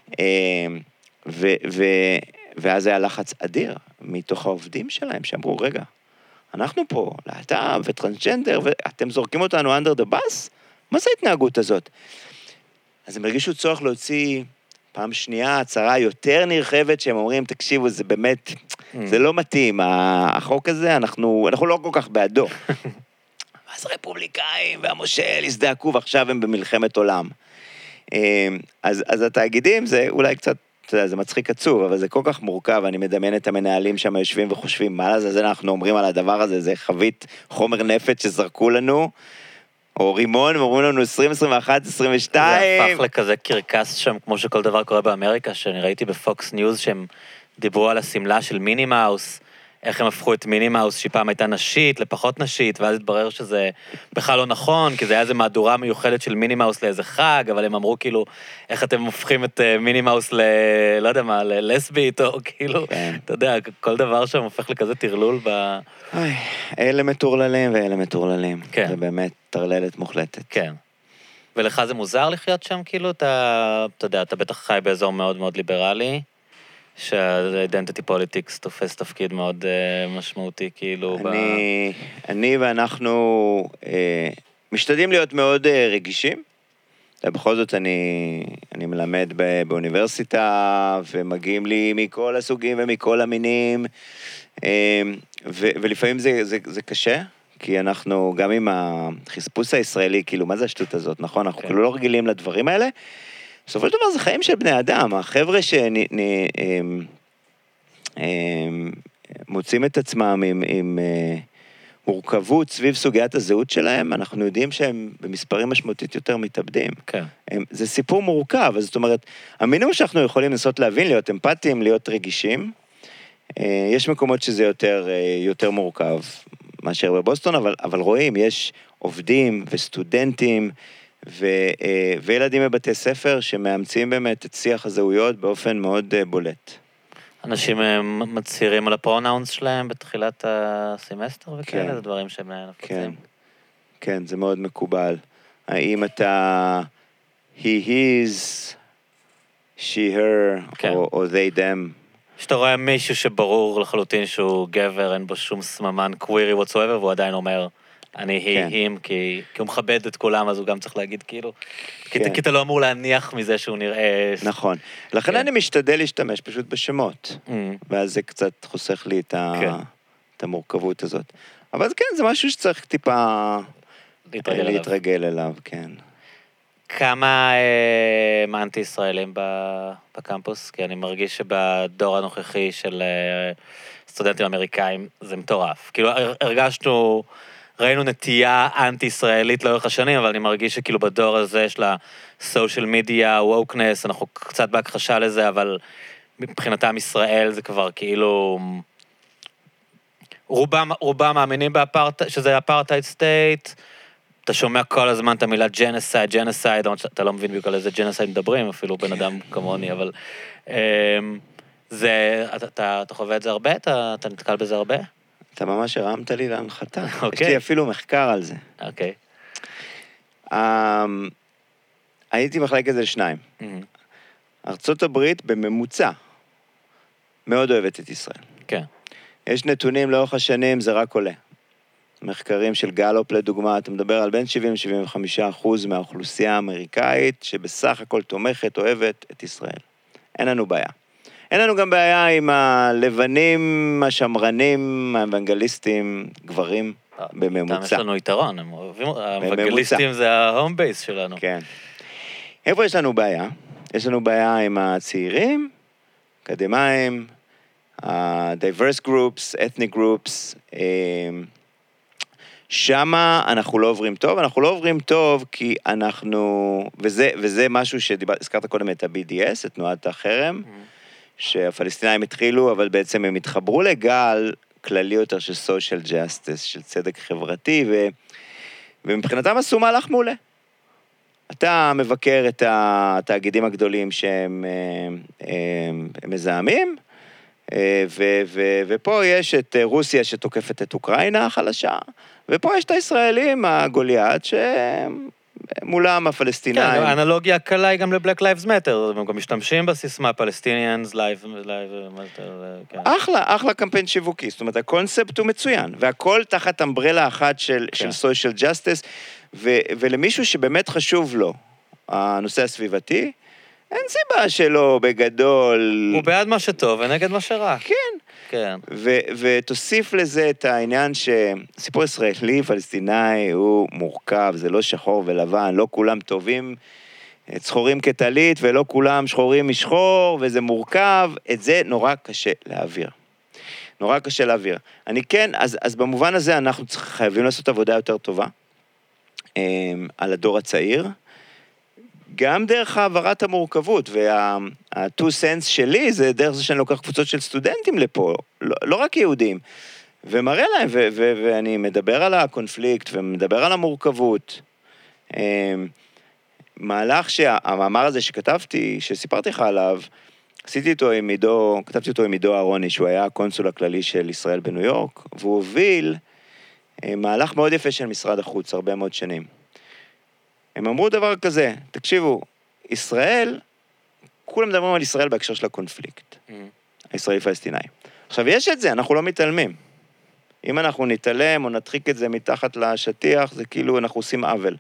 ו- ו- ואז היה לחץ אדיר, מתוך העובדים שלהם, שאמרו, רגע, אנחנו פה, להט"ב וטרנסג'נדר, ואתם זורקים אותנו under the bus? מה זה ההתנהגות הזאת? אז הם הרגישו צורך להוציא פעם שנייה הצהרה יותר נרחבת, שהם אומרים, תקשיבו, זה באמת, זה לא מתאים, החוק הזה, אנחנו, אנחנו לא כל כך בעדו. אז רפובליקאים והמושל הזדעקו, ועכשיו הם במלחמת עולם. אז, אז התאגידים זה אולי קצת, זה מצחיק עצוב, אבל זה כל כך מורכב, אני מדמיין את המנהלים שם יושבים וחושבים, מה לזה, זה אנחנו אומרים על הדבר הזה, זה חבית חומר נפץ שזרקו לנו, או רימון, אומרים לנו עשרים, עשרים ואחת, עשרים ושתיים. זה הפך לכזה קרקס שם, כמו שכל דבר קורה באמריקה, שאני ראיתי בפוקס ניוז שהם דיברו על הסמלה של מיני מאוס, איך הם הפכו את מיני מאוס, שהיא פעם הייתה נשית, לפחות נשית, ואז התברר שזה בכלל לא נכון, כי זה היה איזו מהדורה מיוחדת של מיני מאוס לאיזה חג, אבל הם אמרו כאילו, איך אתם הופכים את מיני מאוס ל... לא יודע מה, ללסבית, או כאילו, כן. אתה יודע, כל דבר שם הופך לכזה תרלול ב... אוי, אלה מטורללים ואלה מטורללים. כן. זה באמת תרללת מוחלטת. כן. ולך זה מוזר לחיות שם, כאילו, אתה, אתה יודע, אתה בטח חי באזור מאוד מאוד ליברלי, שה-identity politics תופס תפקיד מאוד uh, משמעותי, כאילו... אני, ב... אני ואנחנו uh, משתדלים להיות מאוד uh, רגישים. בכל זאת אני, אני מלמד באוניברסיטה, ומגיעים לי מכל הסוגים ומכל המינים, uh, ו, ולפעמים זה, זה, זה קשה, כי אנחנו גם עם החספוס הישראלי, כאילו, מה זה השטות הזאת, נכון? אנחנו כאילו לא רגילים לדברים האלה, בסופו של דבר זה חיים של בני אדם, החבר'ה שמוצאים את עצמם עם, עם מורכבות סביב סוגיית הזהות שלהם, אנחנו יודעים שהם במספרים משמעותית יותר מתאבדים. כן. הם, זה סיפור מורכב, אז זאת אומרת, המינימום שאנחנו יכולים לנסות להבין, להיות אמפתיים, להיות רגישים, יש מקומות שזה יותר, יותר מורכב מאשר בבוסטון, אבל, אבל רואים, יש עובדים וסטודנטים, ו, וילדים בבתי ספר שמאמצים באמת את שיח הזהויות באופן מאוד בולט. אנשים מצהירים על הפרונאונס שלהם בתחילת הסמסטר וכאלה, כן. זה דברים שהם נפוצים. כן, כן, זה מאוד מקובל. האם אתה he, his, she, her, כן. או, או they, them. שאתה רואה מישהו שברור לחלוטין שהוא גבר, אין בו שום סממן קווירי whatsoever, והוא עדיין אומר... אני היא, כי הוא מכבד את כולם, אז הוא גם צריך להגיד כאילו, כי אתה לא אמור להניח מזה שהוא נראה... נכון. לכן אני משתדל להשתמש פשוט בשמות, ואז זה קצת חוסך לי את המורכבות הזאת. אבל כן, זה משהו שצריך טיפה להתרגל אליו, כן. כמה אנטי-ישראלים בקמפוס? כי אני מרגיש שבדור הנוכחי של סטודנטים אמריקאים זה מטורף. כאילו, הרגשנו... ראינו נטייה אנטי-ישראלית לאורך השנים, אבל אני מרגיש שכאילו בדור הזה יש לה סושיאל מדיה, ווקנס, אנחנו קצת בהכחשה לזה, אבל מבחינתם ישראל זה כבר כאילו... רובם, רובם מאמינים באפרט... שזה אפרטייד סטייט, אתה שומע כל הזמן את המילה ג'נסייד, ג'נסייד, אתה לא מבין בדיוק על איזה ג'נסייד מדברים, אפילו בן אדם כמוני, אבל... זה, אתה, אתה, אתה חווה את זה הרבה? אתה, אתה נתקל בזה הרבה? אתה ממש הרמת לי להנחתה. Okay. יש לי אפילו מחקר על זה. אוקיי. Okay. Um, הייתי מחלק את זה לשניים. Mm-hmm. ארצות הברית בממוצע מאוד אוהבת את ישראל. כן. Okay. יש נתונים לאורך השנים, זה רק עולה. מחקרים של גלופ לדוגמה, אתה מדבר על בין שבעים לשבעים וחמישה אחוז מהאוכלוסייה האמריקאית, שבסך הכל תומכת, אוהבת את ישראל. אין לנו בעיה. אין לנו גם בעיה עם הלבנים, השמרנים, האנוונגליסטים, גברים, בממוצע. יש לנו יתרון, האנוונגליסטים זה ההום בייס שלנו. כן. איפה יש לנו בעיה? יש לנו בעיה עם הצעירים, אקדמיים, ה-diverse groups, ethnic groups, שמה אנחנו לא עוברים טוב, אנחנו לא עוברים טוב כי אנחנו, וזה, וזה משהו שהזכרת קודם את ה-בי די אס, את תנועת החרם, שהפלסטינאים התחילו, אבל בעצם הם התחברו לגל כללי יותר של social justice, של צדק חברתי, ו... ומבחינתם עשו מהלך מעולה. אתה מבקר את התאגידים הגדולים שהם הם, הם, הם מזהמים, ו... ו... ופה יש את רוסיה שתוקפת את אוקראינה החלשה, ופה יש את הישראלים, הגוליית, שהם... מולם הפלסטינאים. כן, האנלוגיה הקלה היא גם ל-Black Lives Matter, הם גם משתמשים בסיסמה, Palestinians, Live, כן. אחלה, אחלה קמפיין שיווקי, זאת אומרת, הקונספט הוא מצוין, והכל תחת אמברלה אחת של, כן. של social justice, ו, ולמישהו שבאמת חשוב לו, הנושא הסביבתי, אין סיבה שלא בגדול... הוא בעד מה שטוב ונגד מה שרע. כן. כן. ו- ותוסיף לזה את העניין שסיפור ישראלי, פלסטיני, הוא מורכב, זה לא שחור ולבן, לא כולם טובים, צחורים כטלית, ולא כולם שחורים משחור, וזה מורכב, את זה נורא קשה להעביר. נורא קשה להעביר. אני כן, אז, אז במובן הזה אנחנו חייבים לעשות עבודה יותר טובה, על הדור הצעיר, גם דרך העברת המורכבות, וה-two cents שלי זה דרך זה שאני לוקח קבוצות של סטודנטים לפה, לא, לא רק יהודים, ומראה להם, ו- ו- ואני מדבר על הקונפליקט, ומדבר על המורכבות. מהלך שהמאמר הזה שכתבתי, שסיפרתי לך עליו, עשיתי איתו עם עידו, כתבתי אותו עם עידו אהרוני, שהוא היה הקונסול הכללי של ישראל בניו יורק, והוא הוביל מהלך מאוד יפה של משרד החוץ, הרבה מאוד שנים. הם אמרו דבר כזה, תקשיבו, ישראל, כולם מדברים על ישראל בהקשר של הקונפליקט, mm. הישראלי-פלסטיני. עכשיו, יש את זה, אנחנו לא מתעלמים. אם אנחנו נתעלם או נדחיק את זה מתחת לשטיח, זה כאילו אנחנו עושים עוול.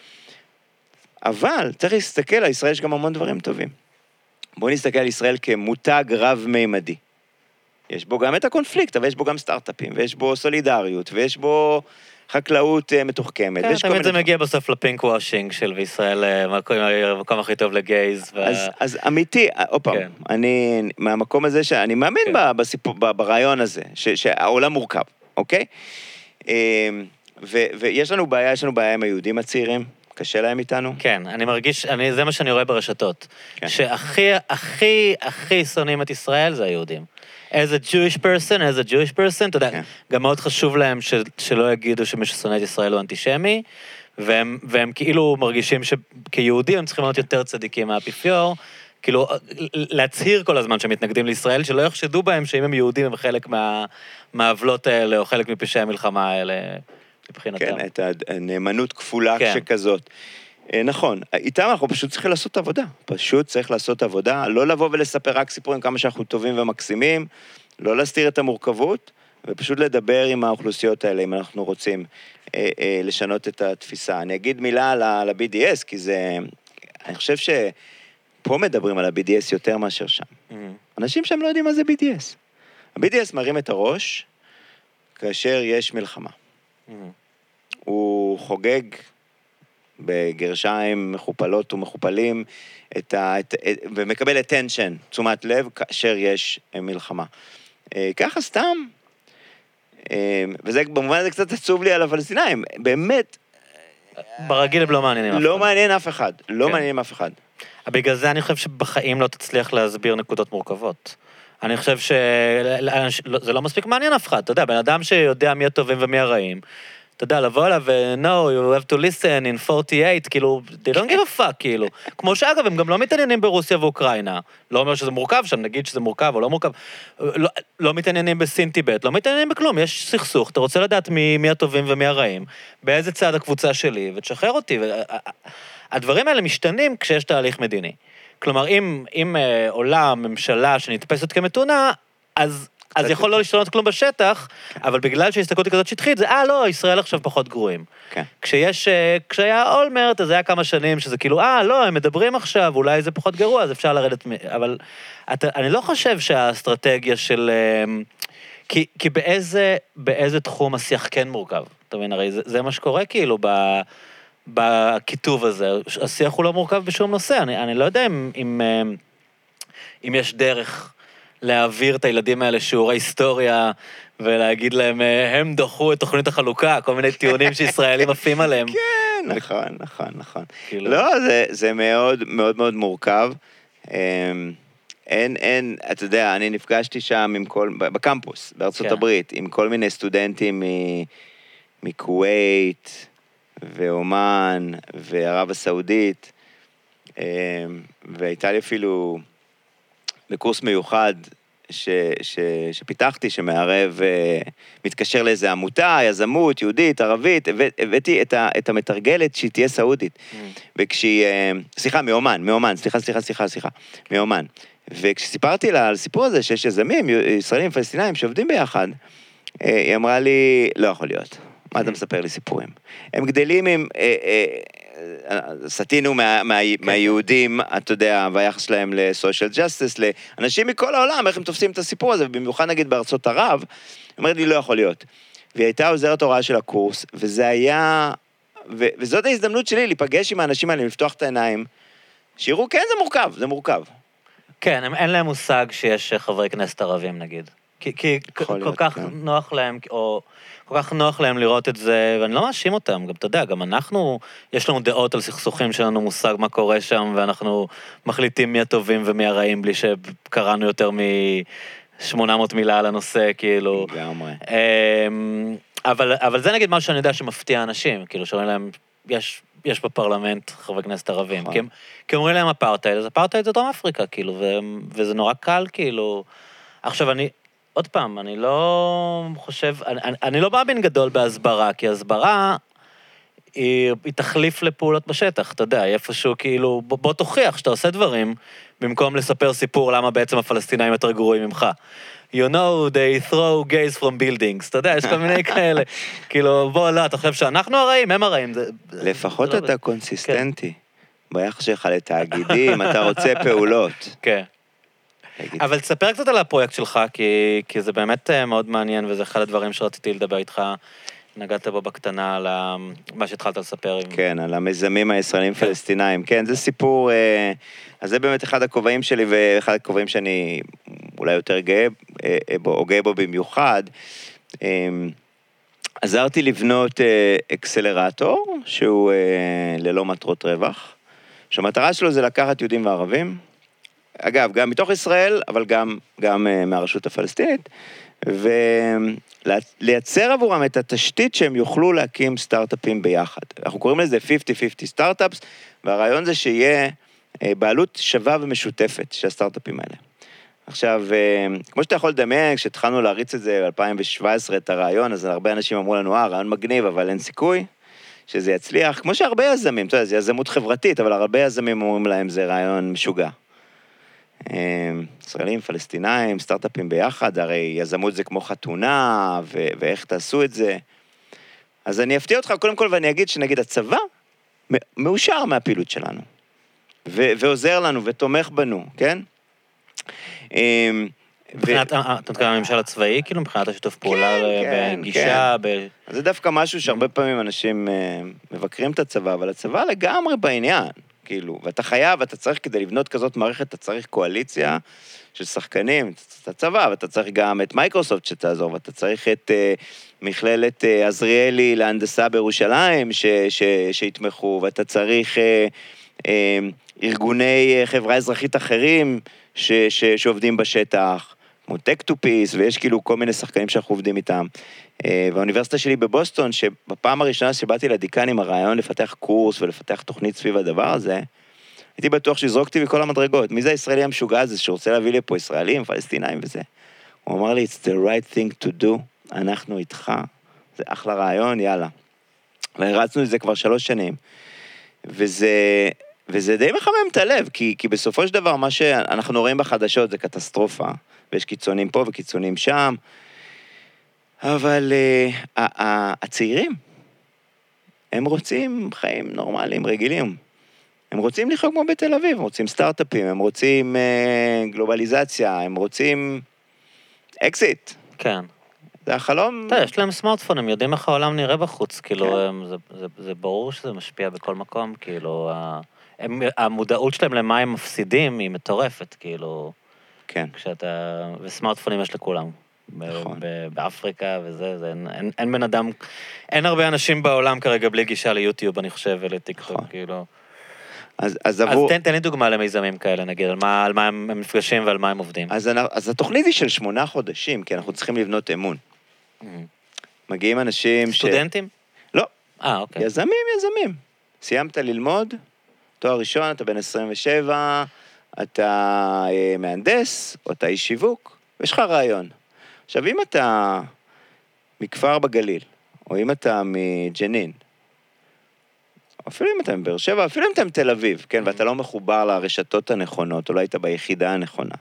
אבל צריך להסתכל, על ישראל יש גם המון דברים טובים. בואו נסתכל על ישראל כמותג רב-מימדי. יש בו גם את הקונפליקט, אבל יש בו גם סטארט-אפים, ויש בו סולידריות, ויש בו חקלאות מתוחכמת. כן, תמיד זה מגיע בסוף לפינק וושינג של בישראל, המקום הכי טוב לגייז. אז אמיתי, אופה, אני מהמקום הזה שאני מאמין ברעיון הזה, שהעולם מורכב, אוקיי? ויש לנו בעיה, יש לנו בעיה עם היהודים הצעירים, קשה להם איתנו? כן, אני מרגיש, אני, זה מה שאני רואה ברשתות, כן. שהכי, הכי, הכי שונאים את ישראל זה היהודים. as a Jewish person, as a Jewish person, אתה יודע, כן. גם מאוד חשוב להם ש, שלא יגידו שמי ששונא את ישראל הוא אנטישמי, והם, והם כאילו מרגישים שכיהודים הם צריכים להיות יותר צדיקים מהאפיפיור, כאילו להצהיר כל הזמן שמתנגדים לישראל, שלא יחשדו בהם שאם הם יהודים הם חלק מה, מהעוולות האלה, או חלק מפשעי המלחמה האלה. מבחינתם. כן, את הנאמנות כפולה כן. שכזאת. נכון, איתם אנחנו פשוט צריכים לעשות עבודה, פשוט צריך לעשות עבודה, לא לבוא ולספר רק סיפורים כמה שאנחנו טובים ומקסימים, לא להסתיר את המורכבות, ופשוט לדבר עם האוכלוסיות האלה, אם אנחנו רוצים אה, אה, לשנות את התפיסה. אני אגיד מילה על ה-בי די אס, כי זה, אני חושב שפה מדברים על ה-בי די אס יותר מאשר שם. Mm-hmm. אנשים שם לא יודעים מה זה בי די אס. ה-בי די אס מרים את הראש, כאשר יש מלחמה. Mm-hmm. הוא חוגג בגרשיים מחופלות ומחופלים, את ה, את, את, ומקבל attention, תשומת לב, כאשר יש מלחמה. ככה סתם, וזה במובן הזה קצת עצוב לי על הפלסטינאים, באמת... ברגיל הם לא מעניינים אף אחד. לא מעניין אף אחד, לא מעניינים אף אחד. בגלל זה אני חושב שבחיים לא תצליח להסביר נקודות מורכבות. אני חושב שזה לא מספיק מעניין אף אחד, אתה יודע, בן אדם שיודע מי הטובים ומי הרעים, אתה יודע, לבוא אליו, no, you have to listen in forty-eight, כאילו, they don't give a fuck, כאילו. כמו שאגב, הם גם לא מתעניינים ברוסיה ואוקראינה. לא אומר שזה מורכב שם, נגיד שזה מורכב או לא מורכב. לא, לא מתעניינים בסין טיבט, לא מתעניינים בכלום, יש סכסוך, אתה רוצה לדעת מי, מי הטובים ומי הרעים, באיזה צד הקבוצה שלי, ותשחרר אותי. הדברים האלה משתנים כשיש תהליך מדיני. כלומר, אם, אם אה, עולה ממשלה שנתפסת כמתונה, אז... אז יכול לא לשנות כלום בשטח, אבל בגלל שההסתכלות היא כזאת שטחית, זה, אה, לא, ישראל עכשיו פחות גרועים. כשיש, כשהיה אולמרט, אז היה כמה שנים שזה כאילו, אה, לא, הם מדברים עכשיו, אולי זה פחות גרוע, אז אפשר לרדת, אבל אני לא חושב שהאסטרטגיה של, כי, כי באיזה, באיזה תחום השיח כן מורכב, אתה מבין, הרי זה, זה מה שקורה כאילו ב, בכיתוב הזה, השיח הוא לא מורכב בשום נושא, אני, אני לא יודע אם, אם, אם יש דרך להעביר את הילדים האלה שיעורי היסטוריה, ולהגיד להם, הם דוחו את תוכנית החלוקה, כל מיני טיעונים שישראלים עפים עליהם. כן, נכון, נכון, נכון. לא, זה, זה מאוד, מאוד, מאוד מורכב. אין, אין, אתה יודע, אני נפגשתי שם עם כל, בקמפוס, בארצות הברית, עם כל מיני סטודנטים מכווית, ואומן, וערב הסעודית, והייתה לי אפילו בקורס מיוחד ש, ש, שפיתחתי, שמערב, מתקשר לאיזו עמותה, יזמות, יהודית, ערבית, הבאתי את, את המתרגלת שהיא תהיה סעודית. Mm. וכשהיא, סליחה, מאומן, מאומן, סליחה, סליחה, סליחה, סליחה, מאומן. וכשסיפרתי לה על הסיפור הזה, שיש יזמים, ישראלים פלסטינאים שעובדים ביחד, היא אמרה לי, לא יכול להיות. מה אתה מספר לי סיפורים? הם גדלים עם, סטינו מה, מה, כן. מהיהודים, אתה יודע, והיחס שלהם לסושיאל ג'סטיס, לאנשים מכל העולם, איך הם תופסים את הסיפור הזה, ובמיוחד נגיד בארצות ערב, היא אומרת לי, לא יכול להיות. והיא הייתה עוזרת הוראה של הקורס, וזה היה, ו, וזאת ההזדמנות שלי להיפגש עם האנשים האלה, לפתוח את העיניים, שיראו, כן, זה מורכב, זה מורכב. כן, הם, אין להם מושג שיש חברי כנסת ערבים, נגיד. כי, כי כל להיות, כך כן. נוח להם, או כל כך נוח להם לראות את זה, ואני לא מאשים אותם, גם אתה יודע, גם אנחנו, יש לנו דעות על סכסוכים שלנו מושג מה קורה שם, ואנחנו מחליטים מי הטובים ומי הרעים, בלי שקראנו יותר מ-שמונה מאות מילה על הנושא, כאילו. לגמרי. אבל, אבל זה נגיד משהו שאני יודע שמפתיע אנשים, כאילו, שאומרים להם, יש... יש בפרלמנט חברי כנסת ערבים, כי, כי אומרים להם אפרטהייד, אז אפרטהייד זה דרום אפריקה, כאילו, ו, וזה נורא קל, כאילו. עכשיו, אני, עוד פעם, אני לא חושב, אני, אני לא מאמין גדול בהסברה, כי הסברה היא, היא תחליף לפעולות בשטח, אתה יודע, איפשהו, כאילו, בוא, בוא תוכיח שאתה עושה דברים, במקום לספר סיפור למה בעצם הפלסטינאים יותר גרועים ממך. You know, they throw gays from buildings, אתה יודע, יש כל מיני כאלה. כאילו, בוא, לא, אתה חושב שאנחנו הרעים, הם הרעים. לפחות אתה קונסיסטנטי. ביחס שלך לתאגידים, אתה רוצה פעולות. כן. אבל תספר קצת על הפרויקט שלך, כי זה באמת מאוד מעניין, וזה אחד הדברים שרציתי לדבר איתך. נגעת בו בקטנה על מה שהתחלת לספר. כן, על המיזמים הישראלים פלסטינאים. כן, זה סיפור, אז זה באמת אחד הכובעים שלי, ואחד הכובעים שאני אולי יותר גאה בו, או גאה בו במיוחד. עזרתי לבנות אקסלרטור, שהוא ללא מטרות רווח, שהמטרה שלו זה לקחת יהודים וערבים, אגב, גם מתוך ישראל, אבל גם, גם מהרשות הפלסטינית, ולייצר עבורם את התשתית שהם יוכלו להקים סטארט-אפים ביחד. אנחנו קוראים לזה חמישים חמישים סטארט-אפס, והרעיון זה שיהיה בעלות שווה ומשותפת של הסטארט-אפים האלה. עכשיו, כמו שאתה יכול לדמיין, כשהתחלנו להריץ את זה ב-אלפיים שבע עשרה את הרעיון, אז הרבה אנשים אמרו לנו, אה, רעיון מגניב, אבל אין סיכוי שזה יצליח. כמו שהרבה יזמים, אתה יודע, זה יזמות חברתית, אבל הרבה יזמים אומרים להם, זה רעיון משוגע. ישראלים, פלסטינאים, סטארט-אפים ביחד, הרי יזמות זה כמו חתונה, ו- ואיך תעשו את זה. אז אני אפתיע אותך קודם כל, ואני אגיד שנגיד הצבא מאושר מהפעילות שלנו, ו- ועוזר לנו ותומך בנו, כן? מבחינת, אתה מתכוון הממשל הצבאי, כאילו מבחינת השיתוף פעולה בגישה, ב... זה דווקא משהו שהרבה פעמים אנשים מבקרים את הצבא, אבל הצבא לגמרי בעניין, כאילו, ואתה חייב, אתה צריך כדי לבנות כזאת מערכת, אתה צריך קואליציה של שחקנים, את הצבא, ואתה צריך גם את מייקרוסופט שתעזור, ואתה צריך את מכללת עזריאלי להנדסה בירושלים שיתמכו, ואתה צריך ארגוני חברה אזרחית אחרים ש, ש, שעובדים בשטח, כמו טק-טו-פיס, ויש כאילו כל מיני שחקנים שאנחנו עובדים איתם. והאוניברסיטה שלי בבוסטון, שבפעם הראשונה שבאתי לדיקן עם הרעיון לפתח קורס ולפתח תוכנית סביב הדבר הזה, הייתי בטוח שזרוקתי מכל המדרגות. מי זה הישראלי המשוגע הזה שרוצה להביא לפה ישראלים, פלסטינאים וזה? הוא אמר לי, it's the right thing to do, אנחנו איתך, זה אחלה רעיון, יאללה. והרצנו את זה כבר שלוש שנים. וזה... וזה די מחמם את הלב, כי, כי בסופו של דבר מה שאנחנו רואים בחדשות זה קטסטרופה, ויש קיצונים פה וקיצונים שם, אבל uh, uh, uh, הצעירים, הם רוצים חיים נורמליים, רגילים. הם רוצים לחיות כמו בתל אביב, הם רוצים סטארט-אפים, הם רוצים uh, גלובליזציה, הם רוצים אקזיט. כן. זה החלום. אתה, יש להם סמארטפון, הם יודעים איך העולם נראה בחוץ, כאילו, הם, זה, זה, זה ברור שזה משפיע בכל מקום, כאילו, הם, המודעות שלהם למה הם מפסידים היא מטורפת, כאילו, כן. כשאתה, וסמארטפונים יש לכולם. נכון. באפריקה וזה, זה, אין, אין, אין בן אדם, אין הרבה אנשים בעולם כרגע בלי גישה ליוטיוב, אני חושב, ולטיקטוק, נכון. כאילו. אז, אז, עבור... אז תן, תן לי דוגמה למיזמים כאלה, נגיד, על מה, על מה הם מפגשים ועל מה הם עובדים. אז, אז התוכנית היא של שמונה חודשים, כי אנחנו צריכים לבנות אמון. Mm-hmm. מגיעים אנשים סטודנטים? ש... לא. אה, אוקיי. יזמים, יזמים. סיימת ללמוד, תואר ראשון, אתה בן עשרים ושבע, אתה אה, מהנדס, או אתה איש שיווק, ויש לך רעיון. עכשיו, אם אתה מכפר בגליל, או אם אתה מג'נין, אפילו אם אתה מבאר שבע, אפילו אם אתה מתל אביב, כן, ואתה לא מחובר לרשתות הנכונות, או לא היית ביחידה הנכונה,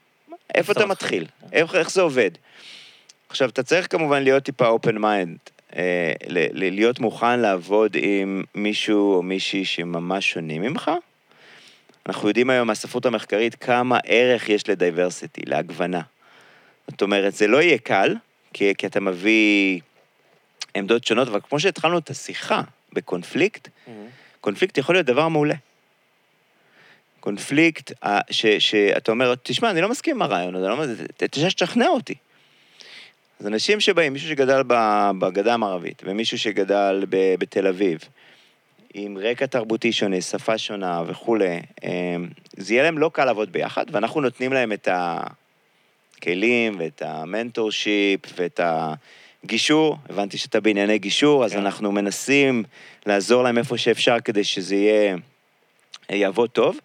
איפה אתה מתחיל? איך, איך זה עובד? עכשיו, אתה צריך כמובן להיות טיפה open mind, אה, ל- ל- להיות מוכן לעבוד עם מישהו או מישהי שממש שונים ממך. אנחנו יודעים היום מהספרות המחקרית כמה ערך יש לדייברסיטי, להגוונה. זאת אומרת, זה לא יהיה קל, כי, כי אתה מביא עמדות שונות, אבל כמו שהתחלנו את השיחה בקונפליקט, mm-hmm. קונפליקט יכול להיות דבר מעולה. קונפליקט ש, שאתה אומר, תשמע, אני לא מסכים עם הרעיון, אני לא מסכים, תשכנע אותי. אז אנשים שבאים, מישהו שגדל בגדה המערבית, ומישהו שגדל ב, בתל אביב, עם רקע תרבותי שונה, שפה שונה וכו', זה יהיה להם לא קל לעבוד ביחד, ואנחנו נותנים להם את הכלים ואת המנטורשיפ ואת הגישור, הבנתי שאתה בענייני גישור, אז כן. אנחנו מנסים לעזור להם איפה שאפשר כדי שזה יהיה, יעבוד טוב,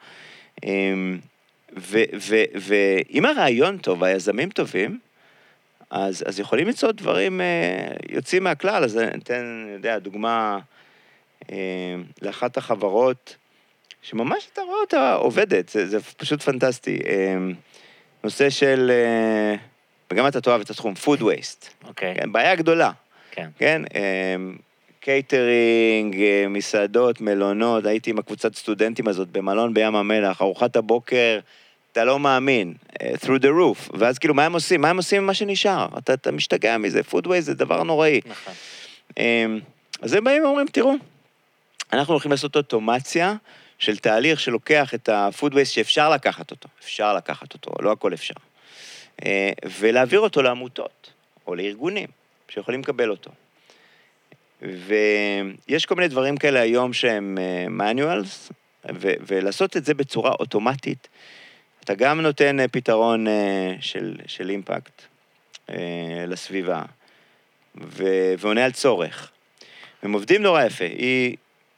ואם הרעיון טוב, היזמים טובים, אז, אז יכולים ליצור דברים יוצאים מהכלל, אז ניתן, אני יודע, דוגמה, לאחת החברות, שממש אתה רואה אותה עובדת, זה, זה פשוט פנטסטי. נושא של, וגם אתה תאהב את התחום, food waste. אוקיי. כן, בעיה גדולה. כן. כן, קייטרינג, מסעדות, מלונות, הייתי עם הקבוצת סטודנטים הזאת במלון בים המלח, ארוחת הבוקר, אתה לא מאמין, through the roof, ואז כאילו מה הם עושים? מה הם עושים עם מה שנשאר? אתה, אתה משתגע מזה, food waste זה דבר נוראי. נכון. אז הם באים ואומרים, תראו, אנחנו הולכים לעשות אוטומציה של תהליך שלוקח את ה-food waste שאפשר לקחת אותו, אפשר לקחת אותו, לא הכל אפשר, ולהעביר אותו לעמותות, או לארגונים, שיכולים לקבל אותו. ויש כל מיני דברים כאלה היום שהם manuals, ו- ולעשות את זה בצורה אוטומטית, אתה גם נותן פתרון של, של אימפקט לסביבה, ו- ועונה על צורך. הם עובדים נורא יפה, היא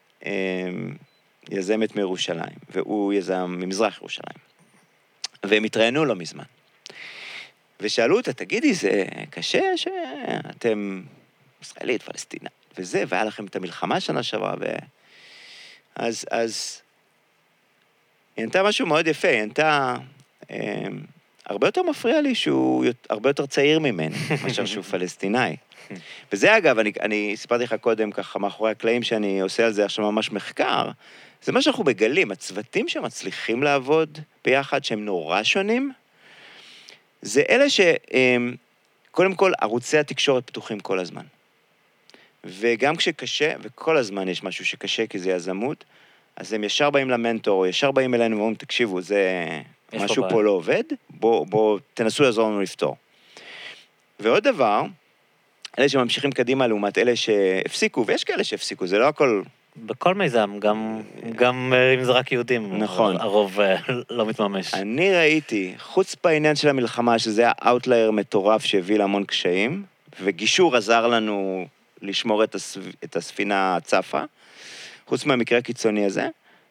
יזמת מירושלים, והוא יזם ממזרח ירושלים. והם התראיינו לא מזמן. ושאלו אותה, תגידי, זה קשה שאתם ישראלית, פלסטינאית, וזה, והיה לכם את המלחמה שנה שעברה, ו... אז, אז, היא ענתה משהו מאוד יפה, היא ענתה, אה, הרבה יותר מפריע לי שהוא הרבה יותר צעיר ממני, מאשר שהוא פלסטינאי. וזה אגב, אני, אני סיפרתי לך קודם ככה, מאחורי הקלעים שאני עושה על זה עכשיו ממש מחקר, זה מה שאנחנו מגלים, הצוותים שמצליחים לעבוד ביחד, שהם נורא שונים, זה אלה שקודם כל ערוצי התקשורת פתוחים כל הזמן. וגם כשקשה, וכל הזמן יש משהו שקשה כי זה יזמות, אז הם ישר באים למנטור, או ישר באים אלינו ואומרים, תקשיבו, זה משהו פה לא עובד, בוא, בוא תנסו לעזור לנו לפתור. ועוד דבר, אלה שממשיכים קדימה לעומת אלה שהפסיקו, ויש כאלה שהפסיקו, זה לא הכל... בכל מיזם, גם, גם אם זה רק יהודים, נכון. הרוב לא מתממש. אני ראיתי, חוץ בעניין של המלחמה, שזה היה אאוטלייר מטורף שהביא להמון קשיים, וגישור עזר לנו לשמור את, הספ... את הספינה הצפה, חוץ מהמקרה הקיצוני הזה,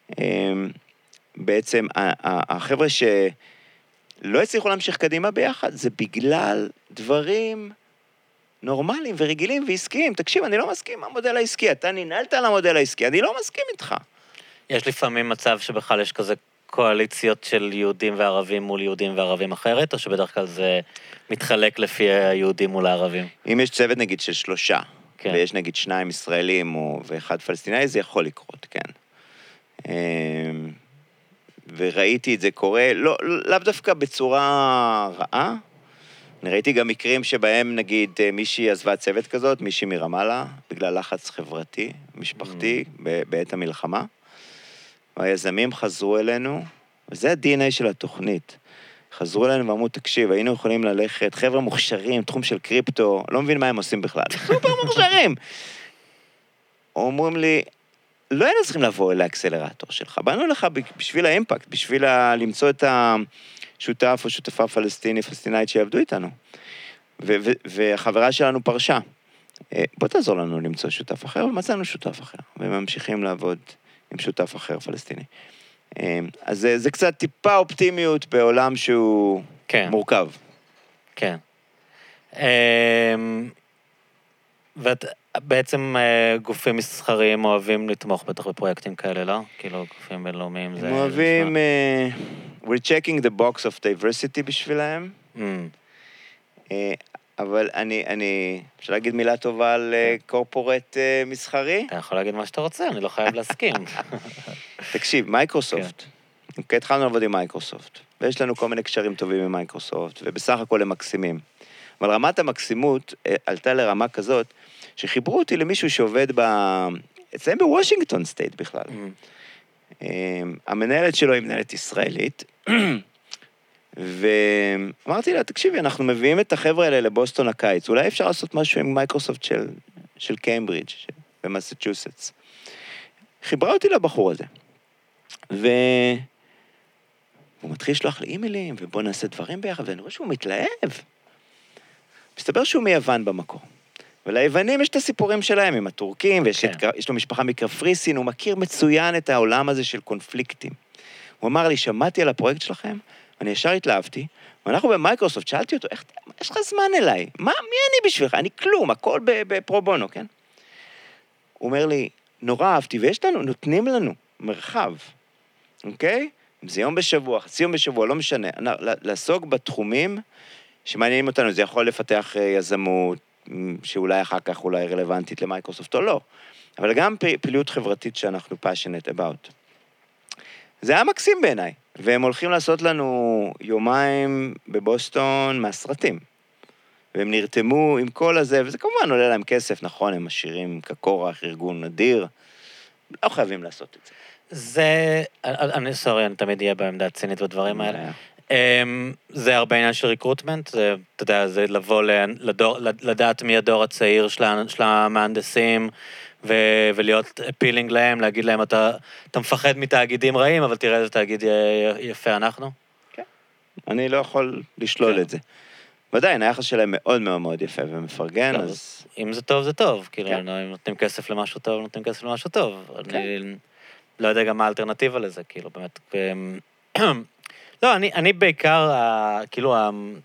בעצם החבר'ה שלא הצליחו להמשיך קדימה ביחד, זה בגלל דברים נורמליים ורגילים ועסקיים. תקשיב, אני לא מסכים עם המודל העסקי, אתה ננהלת על המודל העסקי, אני לא מסכים איתך. יש לפעמים מצב שבכלל יש כזה קואליציות של יהודים וערבים מול יהודים וערבים אחרת, או שבדרך כלל זה מתחלק לפי היהודים מול הערבים? אם יש צוות נגיד של שלושה, כן. ויש נגיד שניים ישראלים או ואחד פלסטיני, זה יכול לקרות, כן. וראיתי את זה קורה, לא, לאו דווקא בצורה רעה, אני ראיתי גם מקרים שבהם נגיד מישהי עזבה צוות כזאת, מישהי מרמאללה, בגלל לחץ חברתי, משפחתי, mm. בעת המלחמה, והיזמים חזרו אלינו, וזה ה-די אן איי של התוכנית, חזרו אלינו ואמרו, תקשיב, היינו יכולים ללכת, חבר'ה מוכשרים, תחום של קריפטו, לא מבין מה הם עושים בכלל, סופר מוכשרים. אומרים לי, לא היינו צריכים לבוא אל האקסלרטור שלך, באנו לך בשביל האימפקט, בשביל למצוא את השותף או שותפה פלסטיני, פלסטינאית שיעבדו איתנו. ו- ו- והחברה שלנו פרשה. בוא תעזור לנו למצוא שותף אחר, ומצאנו שותף אחר, וממשיכים לעבוד עם שותף אחר פלסטיני. אז זה, זה קצת טיפה אופטימיות בעולם שהוא כן. מורכב. כן. ובעצם גופים מסחריים אוהבים לתמוך בטח בפרויקטים כאלה, לא? כאילו גופים בינלאומיים זה... הם אוהבים, uh, we're checking the box of diversity בשבילהם, mm. uh, אבל אני, אני, אפשר להגיד מילה טובה על קורפורט מסחרי? אתה יכול להגיד מה שאתה רוצה, אני לא חייב להסכים. תקשיב, מייקרוסופט, אוקיי, התחלנו לעבוד עם מייקרוסופט, ויש לנו כל מיני קשרים טובים עם מייקרוסופט, ובסך הכל הם מקסימים. אבל רמת המקסימות עלתה לרמה כזאת, שחיברו אותי למישהו שעובד ב... אצלם בוושינגטון סטייט בכלל. המנהלת שלו היא מנהלת ישראלית, ואמרתי לה, תקשיבי, אנחנו מביאים את החבר'ה האלה לבוסטון הקיץ, אולי אפשר לעשות משהו עם מייקרוסופט של, של קיימברידג' במסצ'וסטס. חיברה אותי לבחור הזה, והוא מתחיל לשלוח לי אימיילים, ובוא נעשה דברים ביחד, ואני רואה שהוא מתלהב. מסתבר שהוא מיוון במקור. וליוונים יש את הסיפורים שלהם עם הטורקים, ויש כן. את, לו משפחה מקפריסין, הוא מכיר מצוין את העולם הזה של קונפליקטים. הוא אמר לי, שמעתי על הפרויקט שלכם, אני ישר התלהבתי, ואנחנו במייקרוסופט, שאלתי אותו, איך, יש לך זמן אליי? מה, מי אני בשבילך? אני כלום, הכל בפרו-בונו, כן? הוא אומר לי, נורא אהבתי, ויש לנו, נותנים לנו מרחב, אוקיי? אם זה יום בשבוע, חצי יום בשבוע, לא משנה, לעסוק בתחומים שמעניינים אותנו, זה יכול לפתח יזמות, שאולי אחר כך אולי רלוונטית למייקרוסופט או לא, אבל גם פעילות חברתית שאנחנו passionate about. זה היה מקסים בעיניי, והם הולכים לעשות לנו יומיים בבוסטון מהסרטים, והם נרתמו עם כל הזה, וזה כמובן עולה להם כסף, נכון, הם עשירים כקורח, ארגון נדיר, לא חייבים לעשות את זה. זה, אני סורי, אני תמיד אהיה בעמדה צינית בדברים האלה. זה הרבה עניין של ריקרוטמנט, זה, אתה יודע, זה לבוא לדור, לדעת מי הדור הצעיר של המהנדסים, ו- ולהיות פילינג להם, להגיד להם, אתה, אתה מפחד מתאגידים רעים, אבל תראה איזה תאגיד יפה אנחנו. כן. אני לא יכול לשלול את זה. ועדיין, היחס שלהם מאוד מאוד מאוד יפה ומפרגן, אז... אם זה טוב, זה טוב. כאילו, אם נותנים כסף למשהו טוב, נותנים כסף למשהו טוב. אני לא יודע גם מה האלטרנטיבה לזה, כאילו, באמת. לא, אני, אני בעיקר, כאילו,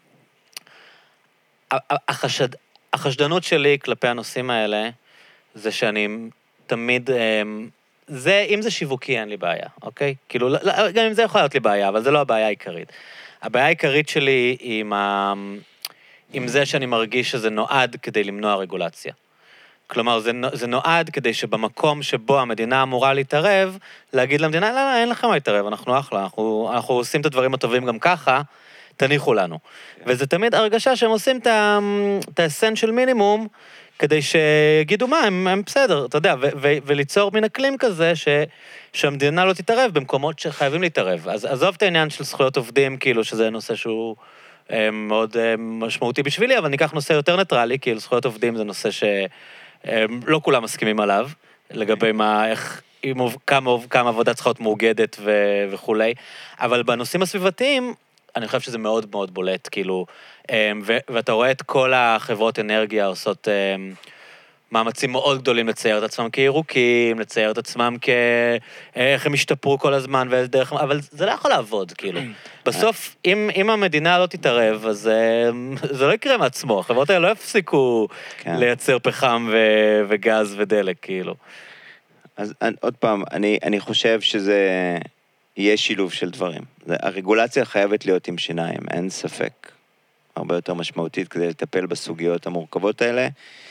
החשד, החשדנות שלי כלפי הנושאים האלה, זה שאני תמיד, זה, אם זה שיווקי, אין לי בעיה, אוקיי? כאילו, גם אם זה יכול להיות לי בעיה, אבל זה לא הבעיה העיקרית. הבעיה העיקרית שלי היא עם, ה... עם זה שאני מרגיש שזה נועד כדי למנוע רגולציה. כלומר, זה, זה נועד כדי שבמקום שבו המדינה אמורה להתערב, להגיד למדינה, לא, לא, אין לכם מה להתערב, אנחנו אחלה, אנחנו, אנחנו עושים את הדברים הטובים גם ככה, תניחו לנו. וזה תמיד הרגשה שהם עושים את האסנשיאל מינימום, כדי שיגידו מה, הם, הם בסדר, אתה יודע, ו- ו- וליצור מן אקלים כזה, ש- שהמדינה לא תתערב במקומות שחייבים להתערב. אז עזוב את העניין של זכויות עובדים, כאילו שזה נושא שהוא הם, מאוד הם, משמעותי בשבילי, אבל ניקח נושא יותר ניטרלי, כאילו זכויות עובדים זה נושא שלא כולם מסכימים עליו, לגבי מה, איך, כמה, כמה עבודה צריכה להיות מאוגדת ו- וכולי, אבל בנושאים הסביבתיים, אני חושב שזה מאוד מאוד בולט, כאילו, ו- ואתה רואה את כל החברות אנרגיה עושות מאמצים מאוד גדולים לצייר את עצמם כירוקים, לצייר את עצמם כ... איך הם השתפרו כל הזמן ואיזה דרך... אבל זה לא יכול לעבוד, כאילו. בסוף, אם, אם המדינה לא תתערב, אז זה לא יקרה מעצמו. החברות האלה לא יפסיקו לייצר פחם ו- וגז ודלק, כאילו. אז עוד פעם, אני, אני חושב שזה... יהיה שילוב של דברים. הרגולציה חייבת להיות עם שיניים, אין ספק. הרבה יותר משמעותית כדי לטפל בסוגיות המורכבות האלה.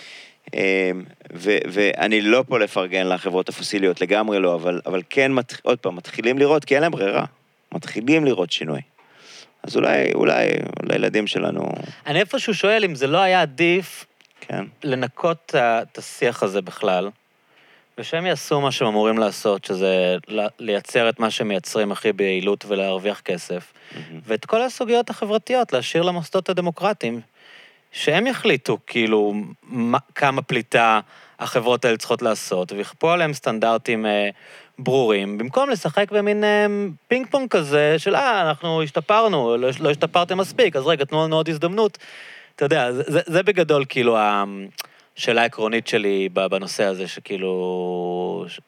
ו- ואני לא פה לפרגן לחברות הפוסיליות, לגמרי לא, אבל, אבל כן, עוד פעם, מתחילים לראות, כי אין להם ברירה. מתחילים לראות שינוי. אז אולי, אולי, לילדים שלנו... אני איפשהו שואל אם זה לא היה עדיף כן. לנקות את השיח הזה בכלל, ושהם יעשו מה שהם אמורים לעשות, שזה לייצר את מה שהם מייצרים הכי ביעילות ולהרוויח כסף, mm-hmm. ואת כל הסוגיות החברתיות להשאיר למוסדות הדמוקרטיים, שהם יחליטו כאילו מה, כמה פליטה החברות האלה צריכות לעשות, ויכפו עליהם סטנדרטים אה, ברורים, במקום לשחק במין אה, פינג פונג כזה של אה, אנחנו השתפרנו, לא, לא השתפרתם מספיק, אז רגע, תנו לנו עוד הזדמנות. אתה יודע, זה, זה, זה בגדול כאילו ה... שאלה עקרונית שלי בנושא הזה, שכאילו... ש...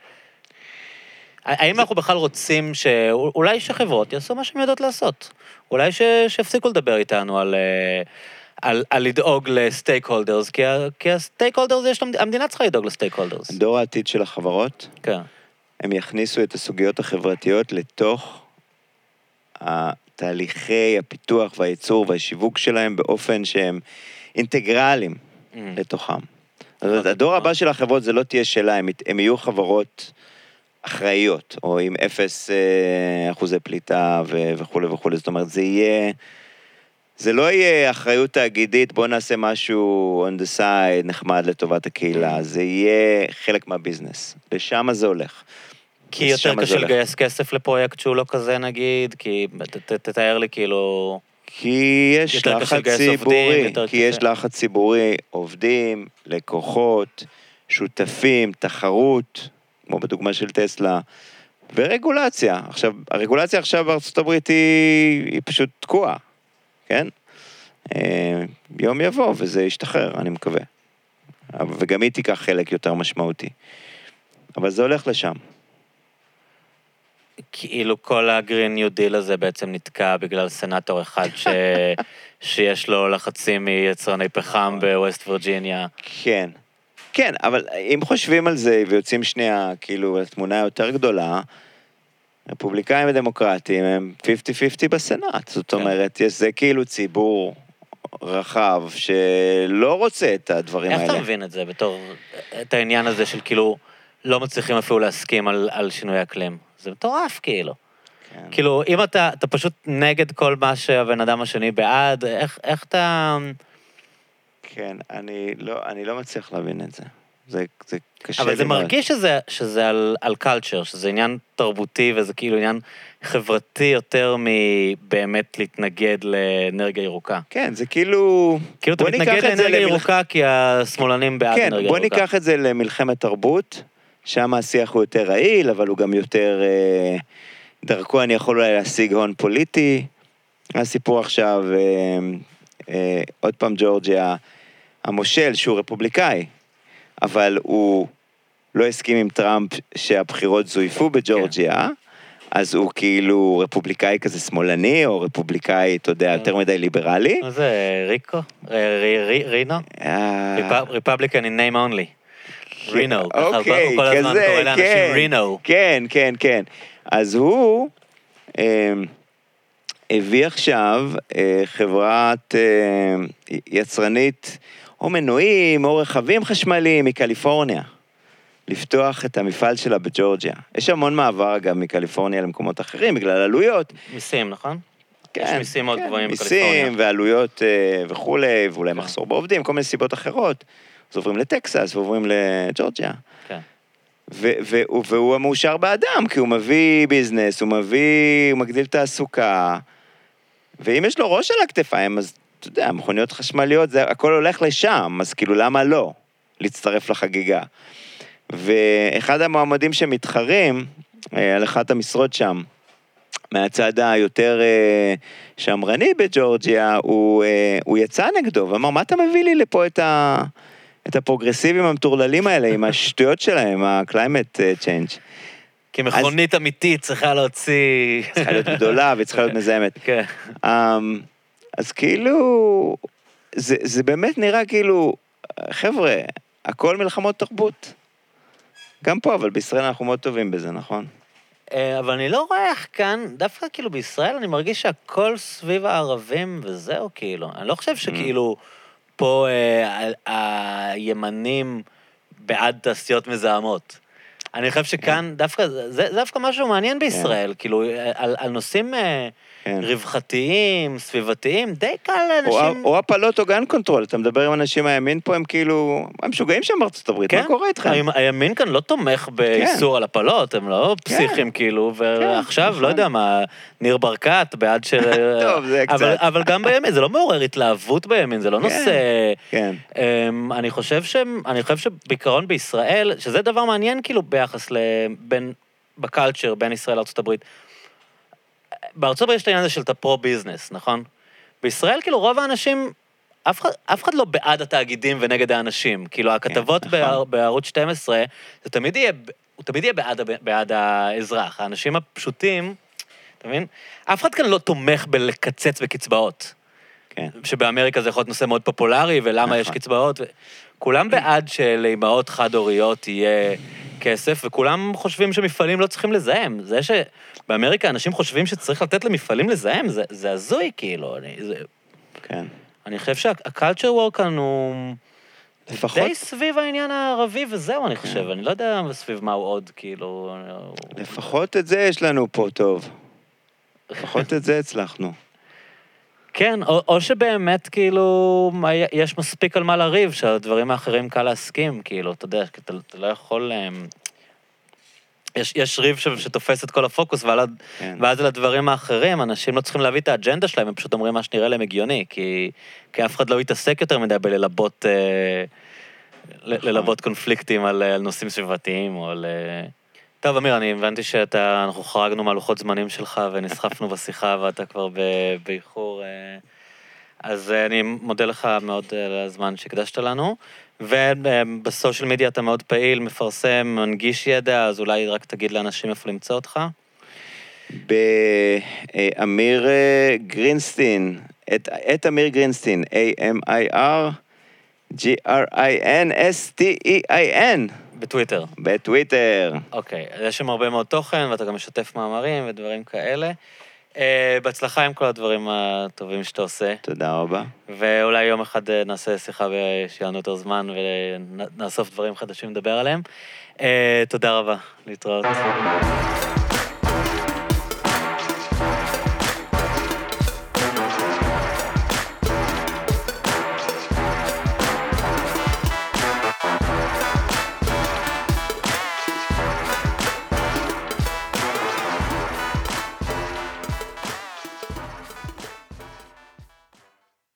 האם זה... אנחנו בכלל רוצים שאולי שחברות יעשו מה שהן יודעות לעשות? אולי ש... שיפסיקו לדבר איתנו על, על, על לדאוג לסטייק הולדרס, כי, כי הסטייק הולדרס, יש למד... המדינה צריכה לדאוג לסטייק הולדרס. דור העתיד של החברות, כן. הם יכניסו את הסוגיות החברתיות לתוך התהליכי הפיתוח והייצור והשיווק שלהם, באופן שהם אינטגרליים לתוכם. הדור הבא של החברות זה לא תהיה שאלה, הם יהיו חברות אחראיות, או עם אפס אחוזי פליטה וכו' וכו'. זאת אומרת, זה יהיה, זה לא יהיה אחריות תאגידית, בוא נעשה משהו on the side, נחמד לטובת הקהילה, זה יהיה חלק מהביזנס. לשם זה הולך. כי יותר קשה לגייס כסף לפרויקט שהוא לא כזה נגיד, כי תתאר לי כאילו... כי יש לחץ ציבורי, כי יש לחץ ציבורי, עובדים, לקוחות, שותפים, תחרות, כמו בדוגמה של טסלה, ורגולציה. עכשיו, הרגולציה עכשיו בארצות הברית היא, היא פשוט תקועה, כן? יום יבוא וזה ישתחרר, אני מקווה. וגם היא תיקח חלק יותר משמעותי. אבל זה הולך לשם. כאילו כל הגרין ניו דיל הזה בעצם נתקע בגלל סנטור אחד ש... שיש לו לחצים מיצרני פחם בווסט וירג'יניה. כן, כן, אבל אם חושבים על זה ויוצאים שנייה, כאילו, התמונה יותר גדולה, רפובליקאים ודמוקרטים הם חמישים חמישים בסנאט, זאת אומרת, יש זה כאילו ציבור רחב שלא רוצה את הדברים האלה. איך אתה מבין את זה בתור, את העניין הזה של כאילו, לא מצליחים אפילו להסכים על, על שינוי אקלים? זה מטורף, כאילו. כן. כאילו, אם אתה, אתה פשוט נגד כל מה שהבן אדם השני בעד, איך, איך אתה... כן, אני לא, אני לא מצליח להבין את זה. זה, זה קשה. אבל זה מרגיש שזה, שזה על, על culture, שזה עניין תרבותי, וזה כאילו עניין חברתי יותר מבאמת להתנגד לאנרגיה ירוקה. כן, זה כאילו... כאילו אתה מתנגד לאנרגיה ירוקה, כי השמאלנים בעד כן, אנרגיה בוא ירוקה. ניקח את זה למלחמת תרבות, שם השיח הוא יותר רעיל, אבל הוא גם יותר... אה, דרכו אני יכול אולי להשיג הון פוליטי. הסיפור עכשיו, אה, אה, עוד פעם ג'ורג'יה, המושל שהוא רפובליקאי, אבל הוא לא הסכים עם טראמפ שהבחירות זויפו בג'ורג'יה, אז הוא כאילו רפובליקאי כזה שמאלני, או רפובליקאי, אתה יודע, יותר מדי ליברלי. מה זה, ריקו? רינו? Republican in name only. רינו. אוקיי, כזה, כן. כן, כן, כן. אז הוא הביא עכשיו חברת יצרנית, או מנועים, או רכבים חשמליים מקליפורניה, לפתוח את המפעל שלה בג'ורג'יה. יש המון מעבר גם מקליפורניה למקומות אחרים, בגלל עלויות. מיסים, נכון? כן. יש מיסים מאוד כן, גבוהים בקליפורניה. מיסים ועלויות וכו', ואולי כן. מחסור בעובדים, כל מיני סיבות אחרות. אז עוברים לטקסס ועוברים לג'ורג'יה. כן. והוא, והוא המאושר באדם, כי הוא מביא ביזנס, הוא מביא, הוא מגדיל תעסוקה, ואם יש לו ראש על הכתפיים, אז אתה יודע, מכוניות חשמליות, זה, הכל הולך לשם, אז כאילו למה לא להצטרף לחגיגה? ואחד המועמדים שמתחרים, על אחת המשרות שם, מהצד היותר שמרני בג'ורג'יה, הוא, הוא יצא נגדו, ואמר, מה אתה מביא לי לפה את ה... את הפרוגרסיבים המטורללים האלה, עם השטויות שלהם, ה-climate change. כי מכונית אמיתית צריכה להוציא... צריכה להיות גדולה וצריכה להיות מזהמת. כן. אז כאילו, זה באמת נראה כאילו, חבר'ה, הכל מלחמות תרבות. גם פה, אבל בישראל אנחנו מאוד טובים בזה, נכון? אבל אני לא רואה איך כאן, דווקא כאילו בישראל אני מרגיש שהכל סביב הערבים וזהו כאילו. אני לא חושב שכאילו... פה אה, הימנים בעד תעשיות מזהמות. אני חושב שכאן דווקא, זה, זה דווקא משהו מעניין בישראל, כן. כאילו, על, על נושאים כן. רווחתיים, סביבתיים, די קל לאנשים... או, או הפלות או גן קונטרול, אתה מדבר עם אנשים הימין פה, הם כאילו, הם משוגעים שם בארצות הברית, כן? מה קורה איתכם? הימין כאן לא תומך באיסור כן. על הפלות, הם לא פסיכים כן. כאילו, ועכשיו, כן. לא יודע מה, ניר ברקת, בעד של... טוב, זה קצת. אבל, אבל גם בימין, זה לא מעורר התלהבות בימין, זה לא כן. נושא... כן. אני חושב ש... אני חושב שבעיקרון בישראל, שזה דבר מעניין כאילו ביחס לבין, בקלצ'ר, בין ישראל לארצות הברית, בארצות הברית יש את העניין הזה של את הפרו-ביזנס, נכון? בישראל, כאילו, רוב האנשים, אף אחד, אף אחד לא בעד התאגידים ונגד האנשים. כאילו, הכתבות כן, נכון. בערוץ שתים עשרה, זה תמיד יהיה, הוא תמיד יהיה בעד, בעד האזרח. האנשים הפשוטים, אתה מבין? אף אחד כאן לא תומך בלקצץ בקצבאות. כן. שבאמריקה זה יכול להיות נושא מאוד פופולרי, ולמה נכון. יש קצבאות. כולם בעד שלאמהות חד-הוריות יהיה כסף, וכולם חושבים שמפעלים לא צריכים לזהם. זה שבאמריקה אנשים חושבים שצריך לתת למפעלים לזהם, זה, זה הזוי כאילו. אני, זה... כן. אני חושב שהקלצ'ר וור כאן הוא לפחות... די סביב העניין הערבי, וזהו, אני חושב. אני לא יודע סביב מה הוא עוד, כאילו... לפחות את זה יש לנו פה טוב. לפחות את זה הצלחנו. כן, או, או שבאמת, כאילו, יש מספיק על מה לריב, שהדברים האחרים קל להסכים, כאילו, אתה יודע, אתה, אתה לא יכול... יש, יש ריב ש, שתופס את כל הפוקוס, ועל, כן. ואז על הדברים האחרים, אנשים לא צריכים להביא את האג'נדה שלהם, הם פשוט אומרים מה שנראה להם הגיוני, כי, כי אף אחד לא יתעסק יותר מדי בללבות, אה, נכון. ללבות קונפליקטים על, על נושאים סביבתיים, או על... טוב, אמיר, אני הבנתי שאנחנו חרגנו מהלוחות זמנים שלך, ונסחפנו בשיחה, ואתה כבר באיחור. אז אני מודה לך מאוד על הזמן שהקדשת לנו, ובסושיאל מדיה אתה מאוד פעיל, מפרסם, מנגיש ידע, אז אולי רק תגיד לאנשים איפה למצוא אותך. באמיר גרינסטין, את אמיר גרינסטין, A-M-I-R, G-R-I-N-S-T-E-I-N. בטוויטר. בטוויטר. אוקיי, יש שם הרבה מאוד תוכן, ואתה גם משתף מאמרים ודברים כאלה. בהצלחה עם כל הדברים הטובים שאתה עושה. תודה רבה. ואולי יום אחד נעשה שיחה שיהיה לנו יותר זמן, ונאסוף דברים חדשים לדבר עליהם. תודה רבה, להתראות.